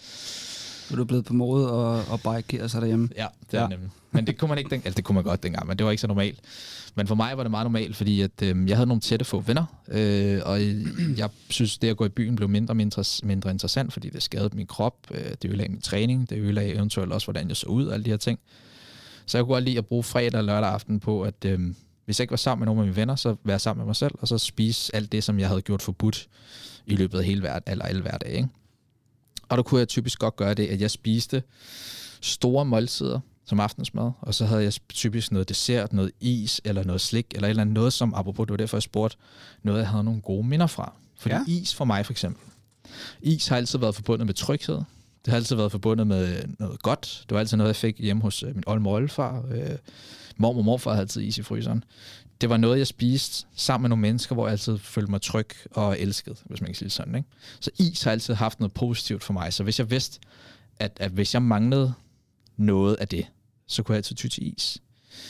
Så du er blevet på mode og, og barrikere sig derhjemme? Ja, det er ja. nemlig. Men det kunne man ikke den, altså det kunne man godt dengang, men det var ikke så normalt. Men for mig var det meget normalt, fordi at, øh, jeg havde nogle tætte få venner, øh, og jeg synes, det at gå i byen blev mindre mindre, mindre interessant, fordi det skadede min krop, øh, det ødelagde min træning, det ødelagde eventuelt også, hvordan jeg så ud, alle de her ting. Så jeg kunne godt lide at bruge fredag og lørdag aften på, at øh, hvis jeg ikke var sammen med nogle af mine venner, så være sammen med mig selv, og så spise alt det, som jeg havde gjort forbudt i løbet af hele hverdag, eller alle hverdage, ikke? Og der kunne jeg typisk godt gøre det, at jeg spiste store måltider som aftensmad, og så havde jeg typisk noget dessert, noget is, eller noget slik, eller et eller andet, noget som, apropos, det var derfor jeg spurgte, noget jeg havde nogle gode minder fra. Fordi ja. is for mig for eksempel, is har altid været forbundet med tryghed, det har altid været forbundet med noget godt, det var altid noget, jeg fik hjemme hos min oldemor og oldefar, øh, mormor og morfar havde altid is i fryseren. Det var noget, jeg spiste sammen med nogle mennesker, hvor jeg altid følte mig tryg og elsket, hvis man kan sige det sådan, ikke? Så is har altid haft noget positivt for mig. Så hvis jeg vidste, at, at hvis jeg manglede noget af det, så kunne jeg altid ty til is.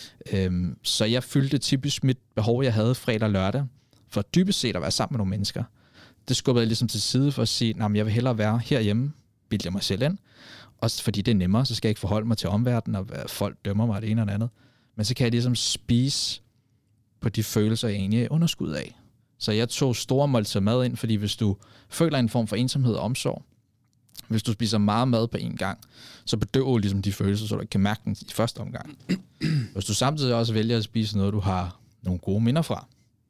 Øhm, så jeg fyldte typisk mit behov, jeg havde fredag og lørdag, for dybest set at være sammen med nogle mennesker. Det skubbede jeg ligesom til side for at sige, nej, jeg vil hellere være herhjemme, bilder jeg mig selv ind. Også fordi det er nemmere, så skal jeg ikke forholde mig til omverdenen, og folk dømmer mig det ene og det andet. Men så kan jeg ligesom spise på de følelser, jeg egentlig er underskud af. Så jeg tog store måltider mad ind, fordi hvis du føler en form for ensomhed og omsorg, hvis du spiser meget mad på en gang, så bedøver du ligesom de følelser, så du ikke kan mærke den i første omgang. Hvis du samtidig også vælger at spise noget, du har nogle gode minder fra,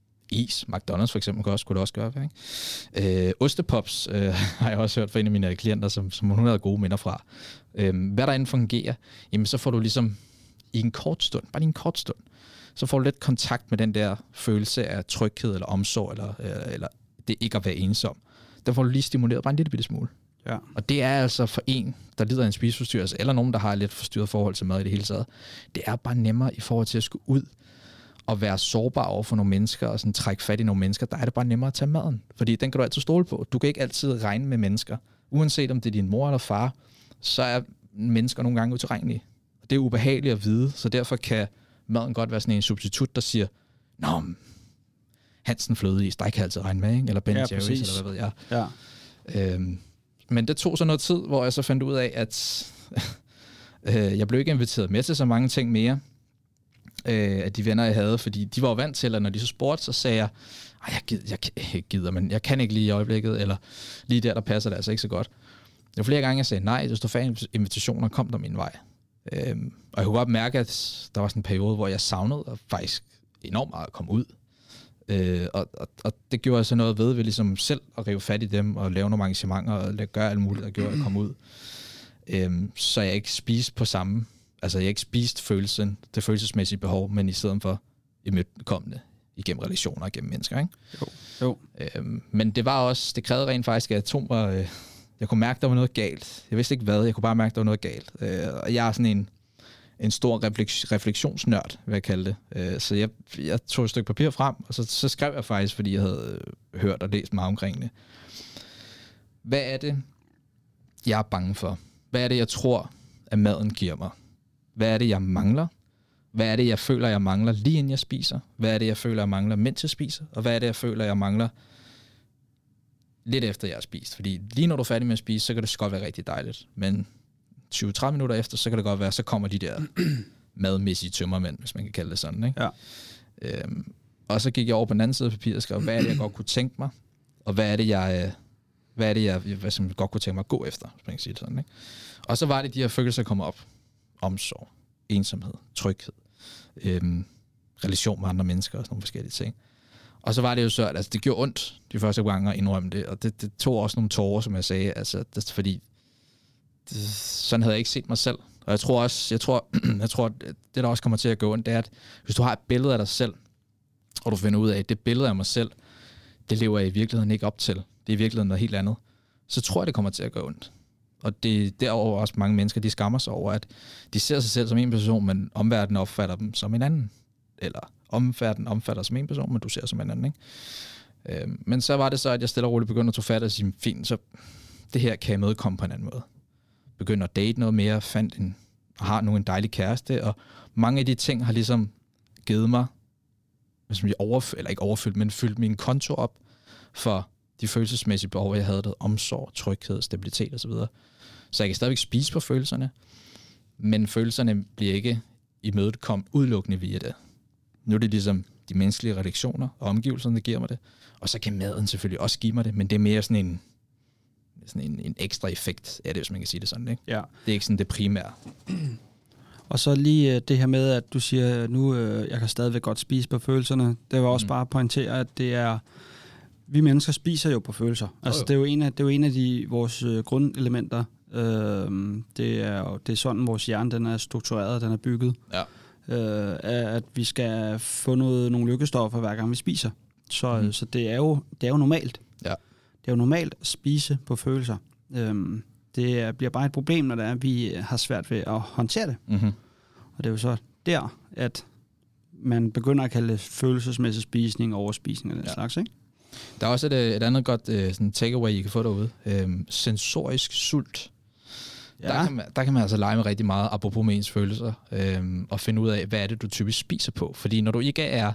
is, McDonald's for eksempel, kan også, kunne det også gøre, ikke? Øh, ostepops øh, har jeg også hørt fra en af mine klienter, som, som hun havde gode minder fra. Øh, hvad der inden fungerer, jamen så får du ligesom i en kort stund, bare i en kort stund, så får du lidt kontakt med den der følelse af tryghed eller omsorg, eller, eller det ikke at være ensom. der får du lige stimuleret bare en lille bitte smule. Ja. Og det er altså for en, der lider af en spiseforstyrrelse, eller nogen, der har et lidt forstyrret forhold til mad i det hele taget. Det er bare nemmere i forhold til at skulle ud og være sårbar over for nogle mennesker, og sådan trække fat i nogle mennesker. Der er det bare nemmere at tage maden, fordi den kan du altid stole på. Du kan ikke altid regne med mennesker. Uanset om det er din mor eller far, så er mennesker nogle gange utilregnelige. Det er ubehageligt at vide, så derfor kan maden godt være sådan en substitut, der siger, nå, Hansen flødeis, der kan jeg altid regne med, ikke? Eller Ben ja, Jerry's, eller hvad ved jeg. Ja. Øhm, men det tog så noget tid, hvor jeg så fandt ud af, at øh, jeg blev ikke inviteret med til så mange ting mere, øh, af de venner, jeg havde, fordi de var jo vant til, at når de så spurgte, så sagde jeg, jeg gider, jeg, jeg gider, men jeg kan ikke lige i øjeblikket, eller lige der, der passer det altså ikke så godt. Det var flere gange, jeg sagde nej, hvis du fandt invitationer, kom der min vej. Øhm, og jeg kunne godt mærke, at der var sådan en periode, hvor jeg savnede og faktisk enormt meget at komme ud. Øh, og, og, og det gjorde jeg så noget ved, ved ligesom selv at rive fat i dem, og lave nogle arrangementer, og gøre alt muligt, og gjorde at komme ud. Øhm, så jeg ikke spiste på samme, altså jeg ikke spiste følelsen, det følelsesmæssige behov, men i stedet for imødekommende igennem relationer og gennem mennesker, ikke? Jo. jo. Øhm, men det var også, det krævede rent faktisk, at jeg tog mig, øh, jeg kunne mærke, der var noget galt. Jeg vidste ikke hvad, jeg kunne bare mærke, der var noget galt. Øh, og jeg er sådan en, en stor refleks, refleksionsnørd, vil jeg kalde det. Øh, så jeg, jeg tog et stykke papir frem, og så, så skrev jeg faktisk, fordi jeg havde hørt og læst meget omkring det. Hvad er det, jeg er bange for? Hvad er det, jeg tror, at maden giver mig? Hvad er det, jeg mangler? Hvad er det, jeg føler, jeg mangler lige inden jeg spiser? Hvad er det, jeg føler, jeg mangler mens jeg spiser? Og hvad er det, jeg føler, jeg mangler lidt efter, jeg har spist? Fordi lige når du er færdig med at spise, så kan det godt være rigtig dejligt. Men tyve til tredive minutter efter, så kan det godt være, så kommer de der madmæssige tømmermænd, hvis man kan kalde det sådan, ikke? Ja. Øhm, og så gik jeg over på den anden side af papiret og skrev, hvad er det, jeg godt kunne tænke mig? Og hvad er det, jeg, hvad er det, jeg, hvad, som jeg godt kunne tænke mig at gå efter, hvis man kan sige det sådan, ikke? Og så var det de her følelser, der kommer op. Omsorg, ensomhed, tryghed, øhm, relation med andre mennesker og sådan nogle forskellige ting. Og så var det jo så, at altså, det gjorde ondt de første gange at indrømme det, og det, det tog også nogle tårer, som jeg sagde, altså, det, fordi det, sådan havde jeg ikke set mig selv. Og jeg tror også, jeg tror, jeg tror, det der også kommer til at gå ondt, det er, at hvis du har et billede af dig selv, og du finder ud af, at det billede af mig selv, det lever jeg i virkeligheden ikke op til, det er i virkeligheden noget helt andet, så tror jeg, det kommer til at gå ondt. Og det derover også mange mennesker, de skammer sig over, at de ser sig selv som en person, men omverdenen opfatter dem som en anden. Eller omverdenen omfatter som en person, men du ser som en anden, ikke? Øh, men så var det så, at jeg stille og roligt begyndte at tage fat og sige, fint, så det her kan jeg mødekomme på en anden måde. Begyndte at date noget mere, fandt en, og har nu en dejlig kæreste, og mange af de ting har ligesom givet mig, hvis jeg overfyldt, eller ikke overfyldt, men fyldt min konto op for de følelsesmæssige behov, jeg havde, der omsorg, tryghed, stabilitet osv. Så jeg kan stadigvæk spise på følelserne, men følelserne bliver ikke imødekommet udelukkende via det. Nu er det ligesom de menneskelige relationer og omgivelserne, der giver mig det, og så kan maden selvfølgelig også give mig det, men det er mere sådan en, sådan en, en ekstra effekt af det, hvis man kan sige det sådan, ikke? Ja. Det er ikke sådan det primære. Og så lige det her med, at du siger, nu øh, jeg kan stadigvæk godt spise på følelserne. Det var også mm. bare at pointere, at det er, vi mennesker spiser jo på følelser. Altså oh, det er jo en af, det er jo en af de vores øh, grundelementer. Øh, det er jo det er sådan vores hjerne den er struktureret, den er bygget. Ja. Øh, at vi skal få noget, nogle lykkestoffer hver gang vi spiser. Så, mm. så det er jo det er jo normalt. Ja. Det er jo normalt at spise på følelser. Øh, det bliver bare et problem, når det er, at vi har svært ved at håndtere det. Mm-hmm. Og det er jo så der, at man begynder at kalde det følelsesmæssig spisning og overspisning og den ja. slags, ikke? Der er også et, et andet godt uh, sådan takeaway, I kan få derude. Øhm, sensorisk sult. Ja. Der, kan man, der kan man altså lege med rigtig meget, apropos med ens følelser, øhm, og finde ud af, hvad er det, du typisk spiser på. Fordi når du ikke er,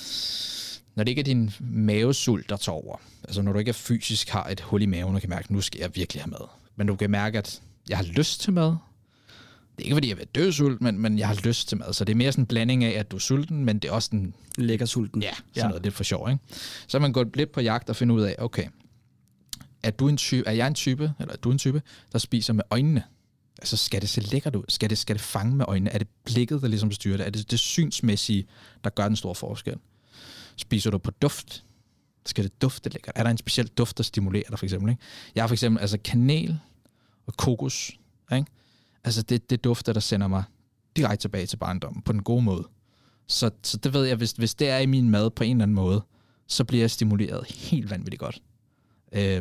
når det ikke er din mavesult, der tager over, altså når du ikke er fysisk har et hul i maven, og kan mærke, nu skal jeg virkelig have mad. Men du kan mærke, at jeg har lyst til mad. Det er ikke, fordi jeg vil dø sult, men, men jeg har lyst til mad. Så det er mere sådan en blanding af, at du er sulten, men det er også en lækker sulten. Ja, sådan ja. noget lidt for sjov, ikke? Så er man gået lidt på jagt og finder ud af, okay, er, du en type, er jeg en type, eller er du en type, der spiser med øjnene? Altså, skal det se lækkert ud? Skal det, skal det fange med øjnene? Er det blikket, der ligesom styrer det? Er det det synsmæssige, der gør den store forskel? Spiser du på duft? Skal det dufte lækkert? Er der en speciel duft, der stimulerer dig, for eksempel? Ikke? Jeg har for eksempel altså kanel og kokos, ikke? Altså, det, det dufter, der sender mig direkte tilbage til barndommen, på den gode måde. Så, så det ved jeg, hvis, hvis det er i min mad på en eller anden måde, så bliver jeg stimuleret helt vanvittigt godt. Øhm,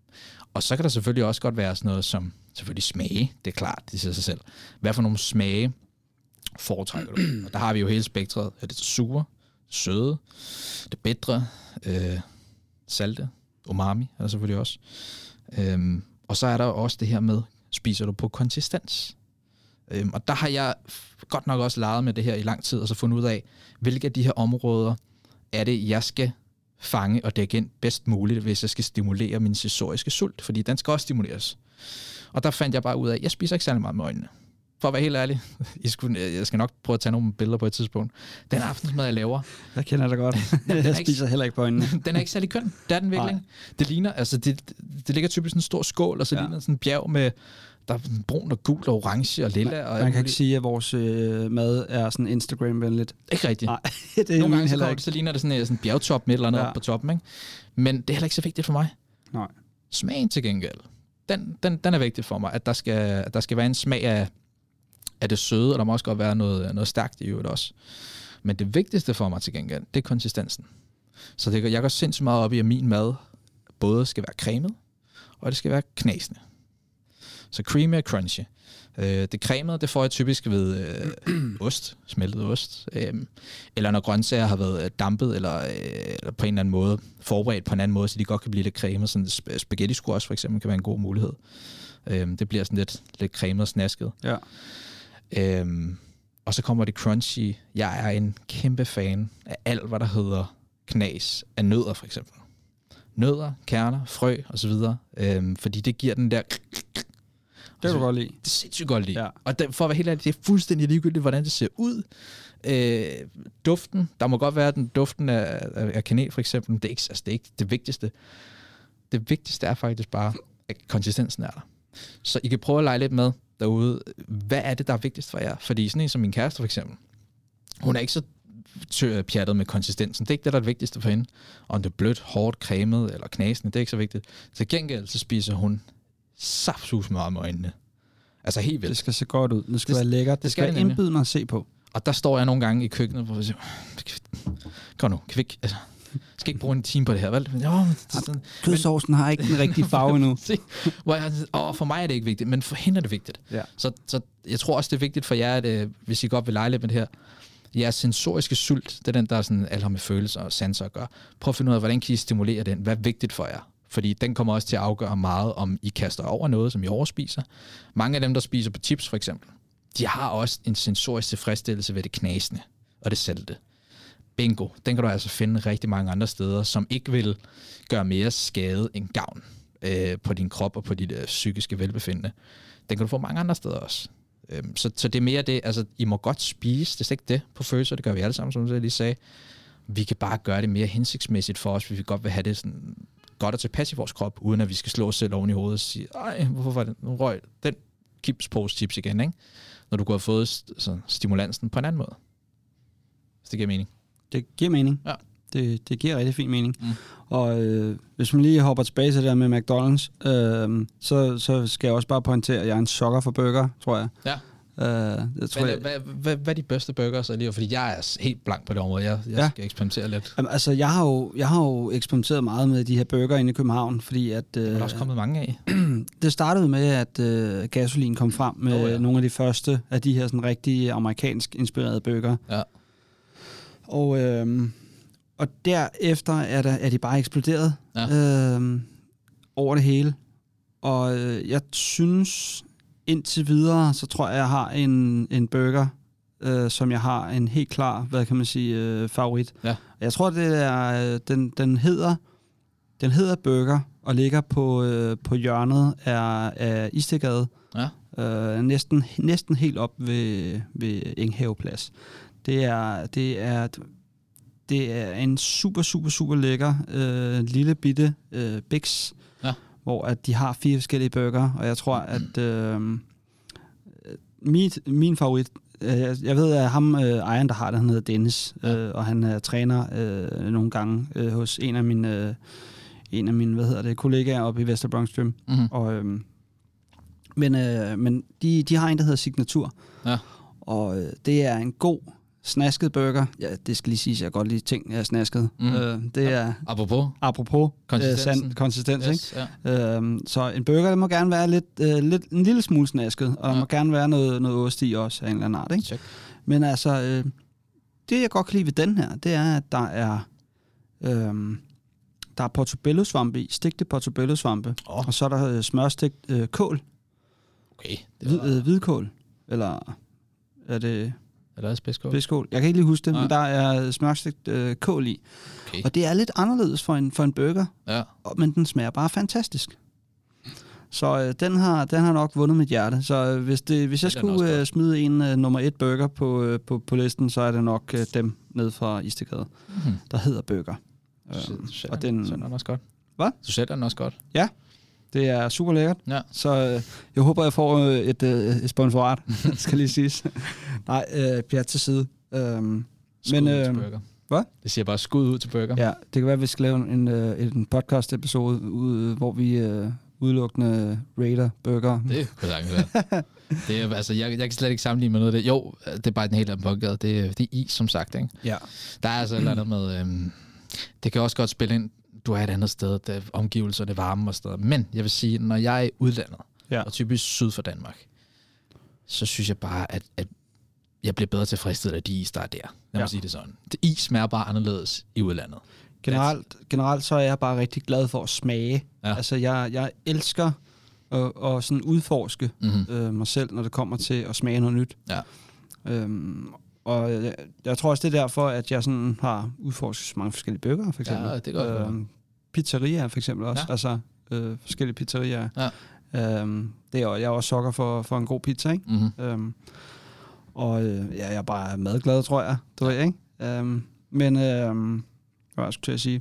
Og så kan der selvfølgelig også godt være sådan noget som, selvfølgelig smage, det er klart, det siger sig selv. Hvad for nogle smage foretrækker du? Og der har vi jo hele spektret. Er det sure, søde, det bitre, øh, salte, umami er der selvfølgelig også. Øhm, og så er der også det her med, spiser du på konsistens? Øhm, og der har jeg godt nok også leget med det her i lang tid, og så fundet ud af, hvilke af de her områder er det, jeg skal fange og dække ind bedst muligt, hvis jeg skal stimulere min sensoriske sult, fordi den skal også stimuleres. Og der fandt jeg bare ud af, at jeg spiser ikke særlig meget med øjnene. For at være helt ærlig, jeg, skulle, jeg skal nok prøve at tage nogle billeder på et tidspunkt. Den aftensmad, jeg laver... Jeg kender det godt. jeg spiser heller ikke på øjnene. Den er ikke særlig køn. Det er den virkelig. Nej. Det ligner, altså det, det ligger typisk sådan en stor skål, og så ja. ligner sådan en bjerg med... Der er brun og gul og orange og lilla. Og man kan ikke sige, at vores øh, mad er sådan Instagram-venligt. Ikke rigtigt. Nej, det er nogle gange heller så, ikke. så ligner det sådan en sådan bjergtop med et eller andet ja. op på toppen. Ikke? Men det er heller ikke så vigtigt for mig. Nej. Smagen til gengæld, den, den, den er vigtig for mig. At der skal, at der skal være en smag af, af det søde, og der må også godt være noget, noget stærkt i øvrigt også. Men det vigtigste for mig til gengæld, det er konsistensen. Så det, jeg går sindssygt meget op i, at min mad både skal være cremet, og det skal være knasende. Så creamy og crunchy. Øh, det cremede, det får jeg typisk ved øh, ost, smeltet ost, øh, eller når grøntsager har været dampet, eller, øh, eller på en eller anden måde forberedt på en anden måde, så de godt kan blive lidt cremet. Sådan spaghetti squash for eksempel kan være en god mulighed. Øh, det bliver sådan lidt, lidt cremet og snasket. Ja. Øh, og så kommer det crunchy. Jeg er en kæmpe fan af alt, hvad der hedder knas af nødder for eksempel. Nødder, kerner, frø osv. Øh, fordi det giver den der... Det er du godt lide. Det er sindssygt godt lide. Ja. Og der, for at være helt ærlig, det er fuldstændig ligegyldigt, hvordan det ser ud. Øh, duften, der må godt være den duften af, af, af kanel for eksempel, det er, ikke, altså, det er ikke det vigtigste. Det vigtigste er faktisk bare, at konsistensen er der. Så I kan prøve at lege lidt med derude. Hvad er det, der er vigtigst for jer? Fordi sådan en som min kæreste for eksempel, hun er ikke så pjattet med konsistensen. Det er ikke det, der er det vigtigste for hende. Om det er blødt, hårdt, cremet eller knasende, det er ikke så vigtigt. Til gengæld så spiser hun saftsus meget med øjnene. Altså helt vildt. Det skal se godt ud. Det skal det, være lækkert. Det, det skal, skal være indbydende at se på. Og der står jeg nogle gange i køkkenet, hvor jeg siger, kom nu, kan vi ikke, altså, skal ikke bruge en time på det her, vel? Men, jo, sådan, kødsovsen har ikke den rigtige farve endnu. Hvor jeg, og for mig er det ikke vigtigt, men for hende er det vigtigt. Ja. Så, så jeg tror også, det er vigtigt for jer, at øh, hvis I godt vil lege lidt med det her, jeres sensoriske sult, det er den, der er sådan, alt har med følelser og sanser at gøre. Prøv at finde ud af, hvordan kan I stimulere den? Hvad er vigtigt for jer? Fordi den kommer også til at afgøre meget, om I kaster over noget, som I overspiser. Mange af dem, der spiser på chips for eksempel, de har også en sensorisk tilfredsstillelse ved det knasende og det salte. Bingo. Den kan du altså finde rigtig mange andre steder, som ikke vil gøre mere skade end gavn øh, på din krop og på dit øh, psykiske velbefindende. Den kan du få mange andre steder også. Øhm, så, så det er mere det, altså I må godt spise, det er ikke det på følelser, det gør vi alle sammen, som jeg lige sagde. Vi kan bare gøre det mere hensigtsmæssigt for os, hvis vi godt vil have det sådan godt at tilpasse i vores krop, uden at vi skal slå os selv oven i hovedet og sige, ej, hvorfor var det, nu røg den kipspose chips igen, ikke? Når du kunne have fået så, stimulansen på en anden måde. Hvis det giver mening. Det giver mening. Ja. Det, det giver rigtig fin mening. Mm. Og øh, hvis man lige hopper tilbage til det der med McDonald's, øh, så, så skal jeg også bare pointere, at jeg er en sukker for burger, tror jeg. Ja. Uh, det tror hvad, jeg. Hvad, hvad, hvad er de bedste burgers så lige? Fordi jeg er helt blank på det område. Jeg, jeg ja. skal eksperimentere lidt. Jamen, altså, jeg har, jo, jeg har jo eksperimenteret meget med de her burger inde i København, fordi at... Uh, der er også kommet mange af. Det startede med, at uh, Gasolin kom frem med oh, ja. nogle af de første af de her sådan rigtig amerikansk inspirerede burger. Ja. Og, øh, og derefter er, der, er de bare eksploderet ja. øh, over det hele. Og øh, jeg synes... Indtil videre, så tror jeg, jeg har en, en burger, øh, som jeg har en helt klar, hvad kan man sige, øh, favorit. Ja. Jeg tror, det er, den, den hedder, den hedder Burger, og ligger på, øh, på hjørnet af, af Istegade. Ja. Øh, næsten, næsten helt op ved, ved Enghaveplads. Det er, det er, det er en super, super, super lækker øh, lille bitte øh, biks, ja. hvor at de har fire forskellige burger, og jeg tror, at øh, mit, min favorit, øh, jeg ved, at ham øh, ejeren, der har det, han hedder Dennis, øh, og han er træner øh, nogle gange øh, hos en af mine, øh, en af mine hvad hedder det, kollegaer oppe i Vester Bronx Gym. Mm-hmm. Og, øh, men øh, men de, de har en, der hedder Signatur, ja. og øh, det er en god snasket burger. Ja, det skal lige siges, jeg godt lide ting, jeg er snasket. Mm. Øh, det er Apropos. apropos Konsistensen. Øh, sand, konsistens, Yes, ikke? ja. Øhm, så en burger, det må gerne være lidt, øh, lidt en lille smule snasket, og ja. der må gerne være noget, noget ost i også af en eller anden art, ikke? Check. Men altså, øh, det jeg godt kan lide ved den her, det er, at der er, øh, der er portobello-svampe i, stegte portobello-svampe, Oh. og så er der øh, smørstegt øh, kål, Okay. Det hvid, var... øh, hvidkål, eller er det Eller spidskål? spidskål? Jeg kan ikke lige huske det, Nej. men der er smørstegt øh, kål i. Okay. Og det er lidt anderledes for en, for en burger, Ja. men den smager bare fantastisk. Så øh, den, har, den har nok vundet mit hjerte. Så øh, hvis, det, hvis jeg Den er også skulle øh, godt. smide en øh, nummer et burger på, øh, på, på listen, så er det nok øh, dem ned fra Istegade, Mm-hmm. der hedder burger. Så, Øh, så, og den, så er den også godt. Hvad? Du sætter den også godt. det er super lækkert. Ja. Så øh, jeg håber, jeg får øh, et, øh, et sponsorat, skal lige siges. Nej, øh, pjat til side. Øhm, Skud Men, ud til øh, burger. hvad? Det siger bare skud ud til burger. ja, det kan være, at vi skal lave en, øh, en podcast-episode, ud, hvor vi øh, udelukkende rater burger. Det kunne sagtens være. Det er, altså, jeg, jeg kan slet ikke sammenligne med noget af det. Jo, det er bare en helt anden boldgade. Det, er- det er is, som sagt. Ikke? Ja. Der er altså et eller andet med... Øhm, det kan også godt spille ind. Du er et andet sted, der omgivelser, det er varme og steder. Men jeg vil sige, når jeg er i udlandet, Ja. og typisk syd for Danmark, så synes jeg bare, at, at jeg bliver bedre tilfredsstillet af de is, der er der. Lad mig Ja. sige det sådan. Det is smager bare anderledes i udlandet. Generelt, generelt så er jeg bare rigtig glad for at smage. Ja. Altså, jeg, jeg elsker at, at sådan udforske Mm-hmm. øh, mig selv, når det kommer til at smage noget nyt. Ja. Øhm, og jeg, jeg tror også, det er derfor, at jeg sådan har udforsket så mange forskellige burger, for eksempel. Ja, det kan godt være. øhm, Pizzeriaer, for eksempel også. Ja. Altså, øh, forskellige pizzeriaer. Ja. Øhm, det er, jeg er også sokker for, for en god pizza, ikke? Mm-hmm. Øhm, og øh, ja, jeg er bare madglad, tror jeg. Du ved, ikke? Øhm, men, øhm, hvad var jeg skulle til at sige?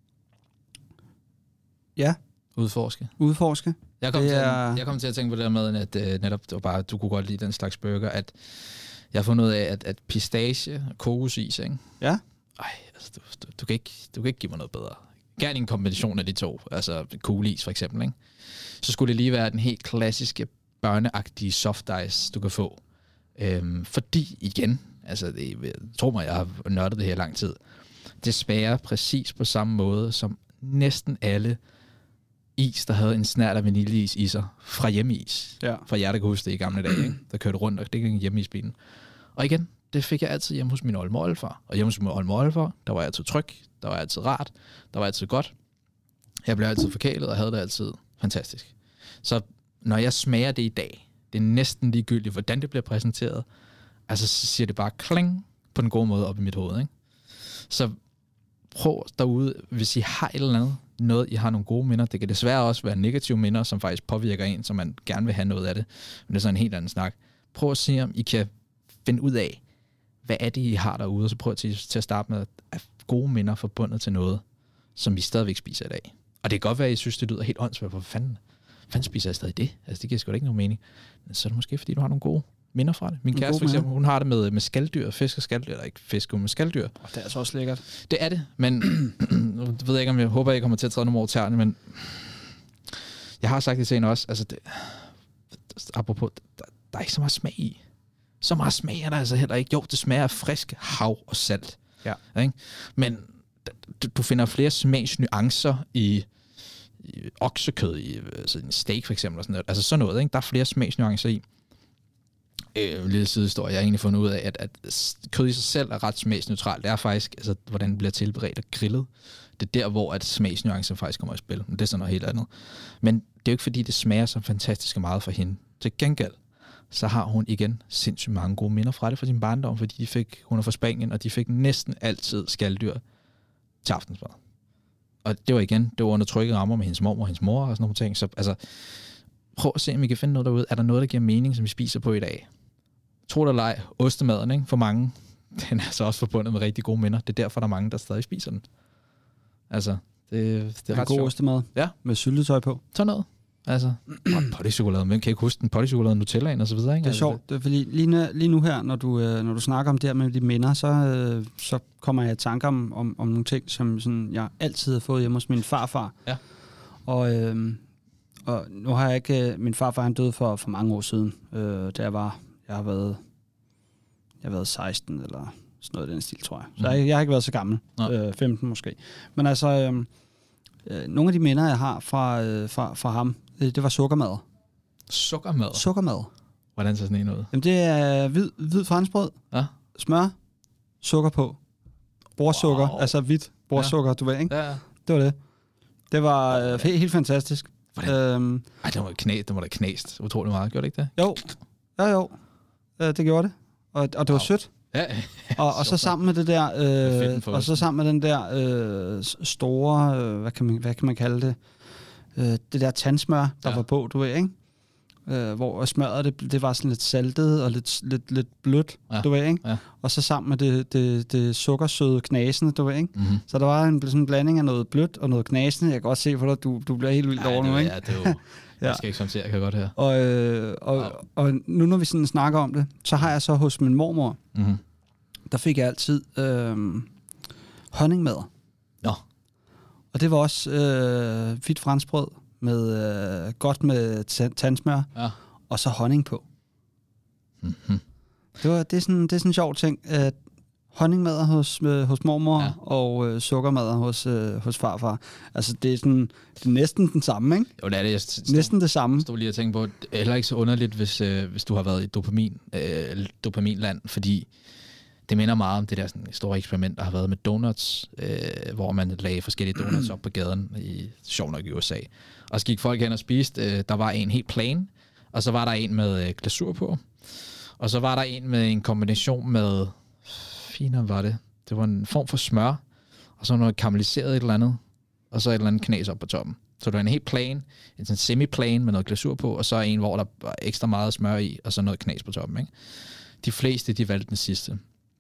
Ja, Udforske. udforske. Jeg kom, Det til, er- at, jeg kom til at tænke på det der med, at øh, netop det var bare, du kunne godt lide den slags burger, at jeg har fundet ud af, at, at pistache og kokosis, ikke? Ja. Ej, altså, du, du, du, kan ikke, du kan ikke give mig noget bedre. Gerne en kombination af de to, altså kugelis for eksempel, ikke? Så skulle det lige være den helt klassiske, børneagtige soft ice, du kan få. Øhm, fordi, igen, altså, det, tro mig, jeg har nørdet det her i lang tid, det smager præcis på samme måde, som næsten alle is, der havde en snert af vaniljeis i sig, fra hjemmeis. Ja. For jer, der kan huske det i gamle dage, ikke? Der kørte rundt, og det gik hjemmeisbilen. Og igen, det fik jeg altid hjemme hos min oldemor og oldefar. Og hjemme hos min oldemor og oldefar, der var jeg altid tryg, der var altid rart, der var altid godt. Jeg blev altid forkælet, og havde det altid fantastisk. Så når jeg smager det i dag, det er næsten ligegyldigt, hvordan det bliver præsenteret, altså så siger det bare kling på den gode måde op i mit hoved, ikke? Så prøv derude, hvis I har et eller andet, noget, I har nogle gode minder. Det kan desværre også være negative minder, som faktisk påvirker en, så man gerne vil have noget af det. Men det er så en helt anden snak. Prøv at se, om I kan finde ud af, hvad er det, I har derude, og så prøv til, til at starte med at gode minder forbundet til noget, som I stadigvæk spiser i dag. Og det kan godt være, at I synes, det lyder helt åndssvagt. Hvor fanden, fanden spiser jeg stadig det? Altså, det giver sgu da ikke nogen mening. Men så er det måske, fordi du har nogle gode minder fra det. Min Nogle kæreste gode for eksempel, minder. hun har det med, med skalddyr, fisk og skalddyr, eller ikke fisk, men med skalddyr. Og det er altså også lækkert. Det er det, men nu ved jeg ikke, om jeg håber, jeg kommer til at træde nogle over tæerne, men jeg har sagt det til hende også, altså det, apropos, der, der er ikke så meget smag i. Så meget smag er der altså heller ikke. Jo, det smager af frisk hav og salt. Ja. Ikke? Men du, du finder flere smagsnuancer i, i oksekød, i altså en steak for eksempel, og sådan noget. Altså sådan noget, ikke? Der er flere smagsnuancer i. Øh, lille sidehistorie, jeg har egentlig fundet ud af, at, at kød i sig selv er ret smagsneutralt. Det er faktisk, altså, hvordan det bliver tilberedt og grillet. Det er der, hvor at smagsnuancen faktisk kommer i spil. Men det er sådan noget helt andet. Men det er jo ikke, fordi det smager så fantastisk meget for hende. Til gengæld, så har hun igen sindssygt mange gode minder fra det fra sin barndom, fordi de fik, hun er fra Spanien, og de fik næsten altid skalddyr til aftensmad. Og det var igen, det var under trygge rammer med hendes mor og hendes mor og sådan nogle ting. Så altså, prøv at se, om I kan finde noget derude. Er der noget, der giver mening, som vi spiser på i dag? Tro det eller ej, ostemaden, ikke? For mange, den er så også forbundet med rigtig gode minder. Det er derfor, der er mange, der stadig spiser den. Altså, det, det er En ret god sjovt. ostemad. Ja. Med syltetøj på. Sådan noget. Altså, pottechokolade, men kan ikke huske den pottechokolade, Nutellaen og så videre, ikke? Det er sjovt, det er, fordi lige nu, lige nu her, når du, øh, når du snakker om det her med de minder, så, øh, så kommer jeg i tanker om, om, om nogle ting, som sådan, jeg altid har fået hjemme hos min farfar. Ja. Og, øh, og nu har jeg ikke... Øh, min farfar, han døde for, for mange år siden, øh, da jeg var... Jeg har været... Jeg har været seksten eller Sådan noget af den stil, tror jeg. Så mm. jeg, jeg har ikke været så gammel. Øh, femten måske. Men altså, øh, øh, nogle af de minder, jeg har fra, øh, fra, fra ham, øh, det var sukkermad. Sukkermad? Sukkermad. Hvordan ser sådan en ud? Jamen, det er hvid, hvid franskbrød, ja. smør, sukker på. Bordsukker, wow. altså hvidt bordsukker, ja. du ved, ikke? Ja. Det var det. Det var øh, helt, helt fantastisk. Øhm, Ej, det var knæst, det var da knæst utrolig meget, gjorde det ikke det? Jo, jo, jo. Øh, det gjorde det. Og, og det wow. var sødt. Ja. og, og så sammen med det der, øh, og så sammen med den der øh, store, øh, hvad, kan man, hvad kan man kalde det, øh, det der tandsmør, der ja. var på, du ved, ikke? Øh, hvor smøret, det, det var sådan lidt saltet og lidt, lidt, lidt blødt, ja. du ved, ikke? Ja. Og så sammen med det, det, det sukkersøde knasende, du ved, ikke? Mm-hmm. Så der var en, sådan en blanding af noget blødt og noget knasende. Jeg kan godt se for dig, du, du bliver helt vildt over nu, ikke? Ja, det er jo... Ja. Jeg skal ikke sortere, jeg kan godt høre. Og, øh, og, ja. og nu når vi sådan snakker om det, så har jeg så hos min mormor, mm-hmm. der fik jeg altid øh, honningmad. Nå. Og det var også øh, hvidt franskbrød med øh, godt med t- tandsmør, ja. og så honning på. Mm-hmm. Det, var, det, er sådan, det er sådan en sjov ting, at honningmad hos, øh, hos mormor, ja. og øh, sukkermad hos, øh, hos farfar. Altså, det er, sådan, det er næsten den samme, ikke? Jo, det er det. Jeg stod, næsten det samme. Jeg stod lige og tænkte på, det er heller ikke så underligt, hvis, øh, hvis du har været i dopamin, øh, dopaminland, fordi det minder meget om det der sådan, store eksperiment, der har været med donuts, øh, hvor man lagde forskellige donuts op på gaden, i, sjov nok i U S A. Og så gik folk hen og spiste. Øh, der var en helt plain, og så var der en med øh, glasur på. Og så var der en med en kombination med... Finere var det. Det var en form for smør, og så noget karamelliseret et eller andet, og så et eller andet knæs op på toppen. Så det var en helt plain, en sådan semi-plain med noget glasur på, og så en, hvor der var ekstra meget smør i, og så noget knæs på toppen. Ikke? De fleste, de valgte den sidste.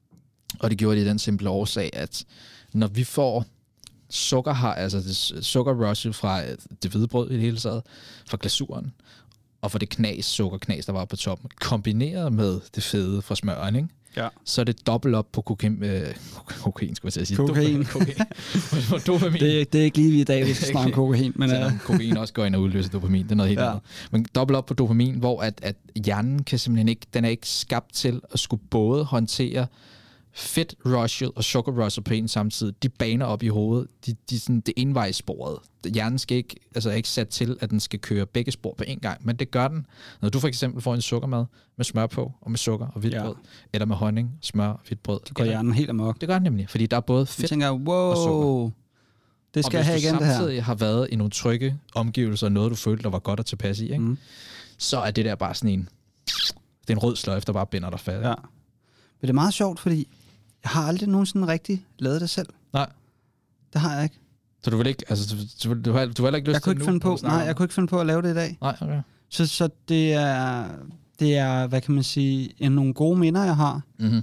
Og det gjorde de i den simple årsag, at når vi får sukker, altså det sukkerrush fra det hvide brød i det hele taget, fra glasuren, og for det knas, sukkerknas, der var på toppen, kombineret med det fede fra smøren, ikke? Ja. Så er det dobbelt op på kokain, øh, kokain skulle jeg til at sige. Kokain. kokain. Dopamin. Det, er, det er ikke lige i dag, vi skal snakke om kokain. Men selvom uh... kokain også går ind og udløser dopamin, det er noget helt ja. andet. Men dobbelt op på dopamin, hvor at, at hjernen kan simpelthen ikke, den er ikke skabt til at skulle både håndtere fedt rushet og sugar rushet på en samtidig. De baner op i hovedet. De, de sådan, det envejssporet. Hjernen skal ikke, altså er ikke sat til, at den skal køre begge spor på en gang, men det gør den. Når du for eksempel får en sukkermad med smør på, og med sukker og hvidt ja. brød, eller med honning, smør og hvidt brød. Så går hjernen helt amok. Det gør den nemlig, fordi der er både fedt tænker, wow, og sukker. Det skal og jeg have igen, det her. hvis du samtidig har været i nogle trygge omgivelser, noget du følte, der var godt at tilpasse i, ikke? Mm. Så er det der bare sådan en, det er en rød sløjf, der bare binder dig fast. Ja. Men det er meget sjovt, fordi jeg har aldrig nogensinde rigtig lavet det selv. Nej. Det har jeg ikke. Så du vil ikke, altså du, du, du, har, du har heller ikke lyst jeg til nu? Finde på, nej, jeg kunne ikke finde på at lave det i dag. Nej, okay. Så, så det er, det er, hvad kan man sige, en, nogle gode minder, jeg har. Mm-hmm.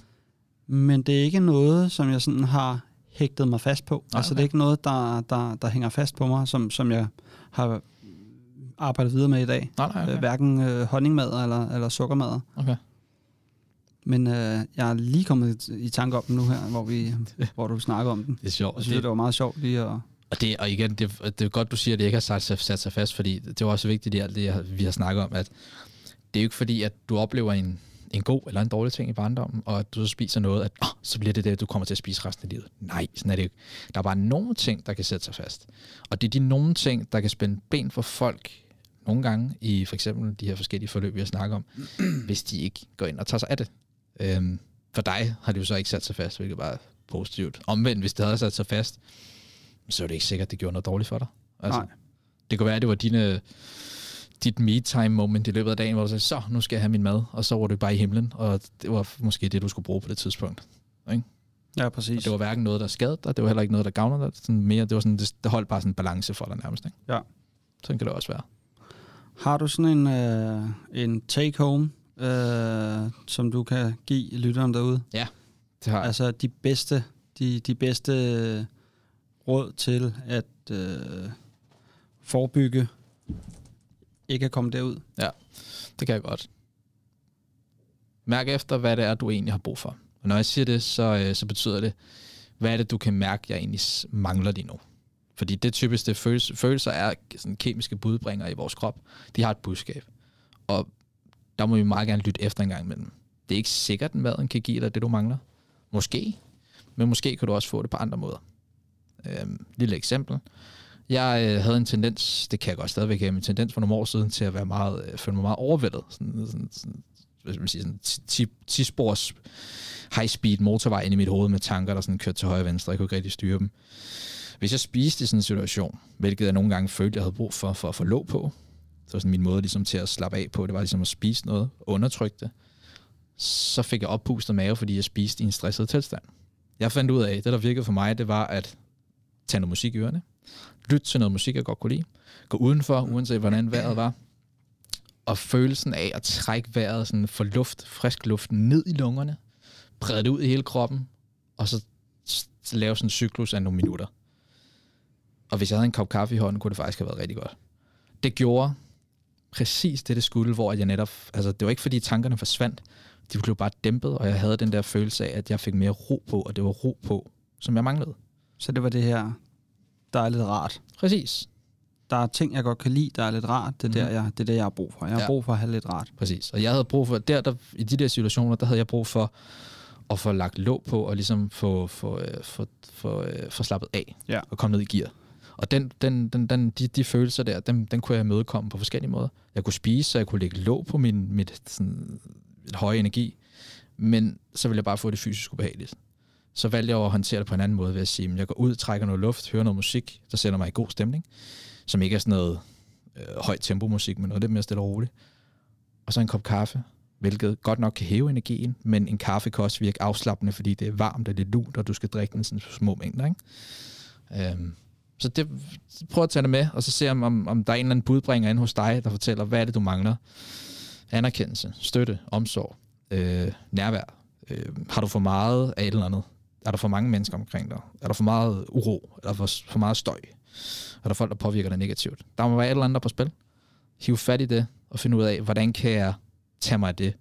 Men det er ikke noget, som jeg sådan har hægtet mig fast på. Nej, altså okay. Det er ikke noget, der, der, der hænger fast på mig, som, som jeg har arbejdet videre med i dag. Nej, nej, okay. Hverken øh, honningmad eller, eller sukkermad. Okay. Men øh, jeg er lige kommet i tanke om den nu her, hvor, vi, hvor du snakker om den. Det er sjovt. Jeg synes, det, det var meget sjovt lige at... Og, det, og igen, det, det er godt, du siger, at det ikke har sat, sat sig fast, fordi det var også vigtigt i alt det, vi har snakket om, at det er jo ikke fordi, at du oplever en, en god eller en dårlig ting i barndommen, og at du så spiser noget, at oh, så bliver det det, du kommer til at spise resten af livet. Nej, sådan er det ikke. Der er bare nogle ting, der kan sætte sig fast. Og det er de nogle ting, der kan spænde ben for folk nogle gange, i for eksempel de her forskellige forløb, vi har snakket om, hvis de ikke går ind og tager sig af det. Øhm, for dig har det jo så ikke sat sig fast, hvilket bare er positivt. Omvendt, hvis det havde sat sig fast, så er det ikke sikkert, at det gjorde noget dårligt for dig. Altså, Nej. Det kunne være, at det var dine, dit me-time moment i løbet af dagen, hvor du sagde, så nu skal jeg have min mad, og så var du bare i himlen, og det var måske det, du skulle bruge på det tidspunkt. Ikke? Ja, præcis. Og det var hverken noget, der skadede dig, det var heller ikke noget, der gavnede dig. Sådan mere, det, var sådan, det, det holdt bare sådan en balance for dig nærmest. Ikke? Ja. Sådan kan det også være. Har du sådan en, øh, en take-home, øh, som du kan give lytteren derude? Ja, det har jeg. Altså de bedste, de, de bedste råd til at øh, forebygge ikke at komme derud? Ja, det kan jeg godt. Mærk efter, hvad det er, du egentlig har brug for. Og når jeg siger det, så, så betyder det, hvad er det, du kan mærke, jeg egentlig mangler lige nu. Fordi det typisk, det følelser, følelser er sådan kemiske budbringere i vores krop. De har et budskab. Og der må vi meget gerne lytte efter en gang imellem. Det er ikke sikkert, at maden kan give dig det, du mangler. Måske. Men måske kan du også få det på andre måder. Øhm, lille eksempel. Jeg øh, havde en tendens, det kan jeg godt stadigvæk have, en tendens for nogle år siden til at være meget, øh, føle mig meget overvældet. Sådan, sådan, sådan, hvad skal man sige, sådan ti-spors high-speed motorvej ind i mit hoved med tanker, der sådan kørte til højre og venstre. Jeg kunne ikke rigtig styre dem. Hvis jeg spiste i sådan en situation, hvilket jeg nogle gange følte, jeg havde brug for, for at få låg på, så var sådan min måde ligesom til at slappe af på, det var ligesom at spise noget, undertrykke det, så fik jeg oppustet mave, fordi jeg spiste i en stresset tilstand. Jeg fandt ud af, at det, der virkede for mig, det var at tage noget musik i ørerne, lytte til noget musik, jeg godt kunne lide, gå udenfor, uanset hvordan vejret var, og følelsen af at trække vejret sådan for luft, frisk luft ned i lungerne, brede det ud i hele kroppen, og så lave sådan en cyklus af nogle minutter. Og hvis jeg havde en kop kaffe i hånden, kunne det faktisk have været rigtig godt. Det gjorde præcis det, det skulle, hvor jeg netop, altså det var ikke fordi tankerne forsvandt, de blev bare dæmpet, og jeg havde den der følelse af, at jeg fik mere ro på, og det var ro på, som jeg manglede. Så det var det her, der er lidt rart. Præcis. Der er ting, jeg godt kan lide, der er lidt rart. Det er, mm. der, jeg, det, er det, jeg har brug for. Jeg har ja. brug for at have lidt rart. Præcis. Og jeg havde brug for, der, der, i de der situationer, der havde jeg brug for at få lagt låg på, og ligesom få, få, øh, få, få, øh, få slappet af, ja. og komme ned i gear. Og den, den, den, den, de, de følelser der, dem, den kunne jeg mødekomme på forskellige måder. Jeg kunne spise, så jeg kunne lægge låg på min mit sådan, høje energi, men så ville jeg bare få det fysisk ubehageligt. Så valgte jeg at håndtere det på en anden måde ved at sige, at jeg går ud, trækker noget luft, hører noget musik, der sætter mig i god stemning, som ikke er sådan noget øh, højt tempomusik, men noget lidt mere stille og roligt. Og så en kop kaffe, hvilket godt nok kan hæve energien, men en kaffe kan også virke afslappende, fordi det er varmt og lidt lunt, og du skal drikke den sådan små mængder. Ikke? Øhm, så det, prøv at tage det med, og så se om, om, om der er en eller anden budbringer inde hos dig, der fortæller, hvad er det, du mangler. Anerkendelse, støtte, omsorg, øh, nærvær. Øh, har du for meget af et eller andet? Er der for mange mennesker omkring dig? Er der for meget uro? Er der for, for meget støj? Er der folk, der påvirker dig negativt? Der må være et eller andet på spil. Hiv fat i det, og finde ud af, hvordan kan jeg tage mig det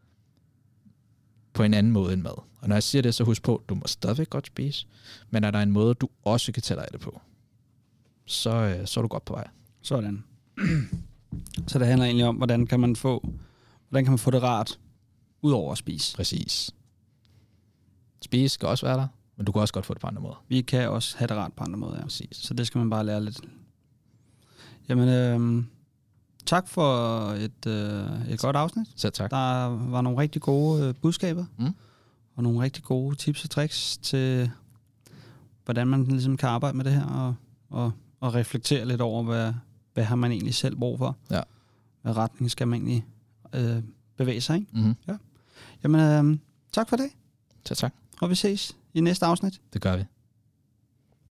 på en anden måde end mad. Og når jeg siger det, så husk på, du må stadigvæk godt spise, men er der en måde, du også kan tage dig af det på, så, så er du godt på vej. Sådan. Så det handler egentlig om, hvordan kan man få, hvordan kan man få det rart, ud over at spise. Præcis. Spise skal også være der, men du kan også godt få det på andre måder. Vi kan også have det rart på andre måder, ja. Præcis. Så det skal man bare lære lidt. Jamen, øh, tak for et, øh, et godt afsnit. Selv tak. Der var nogle rigtig gode øh, budskaber, mm. og nogle rigtig gode tips og tricks til, hvordan man ligesom kan arbejde med det her, og, og, og reflektere lidt over, hvad, hvad har man egentlig selv brug for. Ja. Hvad retning skal man egentlig øh, bevæge sig, ikke? Mm-hmm. Ja. Jamen, øh, tak for det. Tak, tak. Og vi ses i næste afsnit. Det gør vi.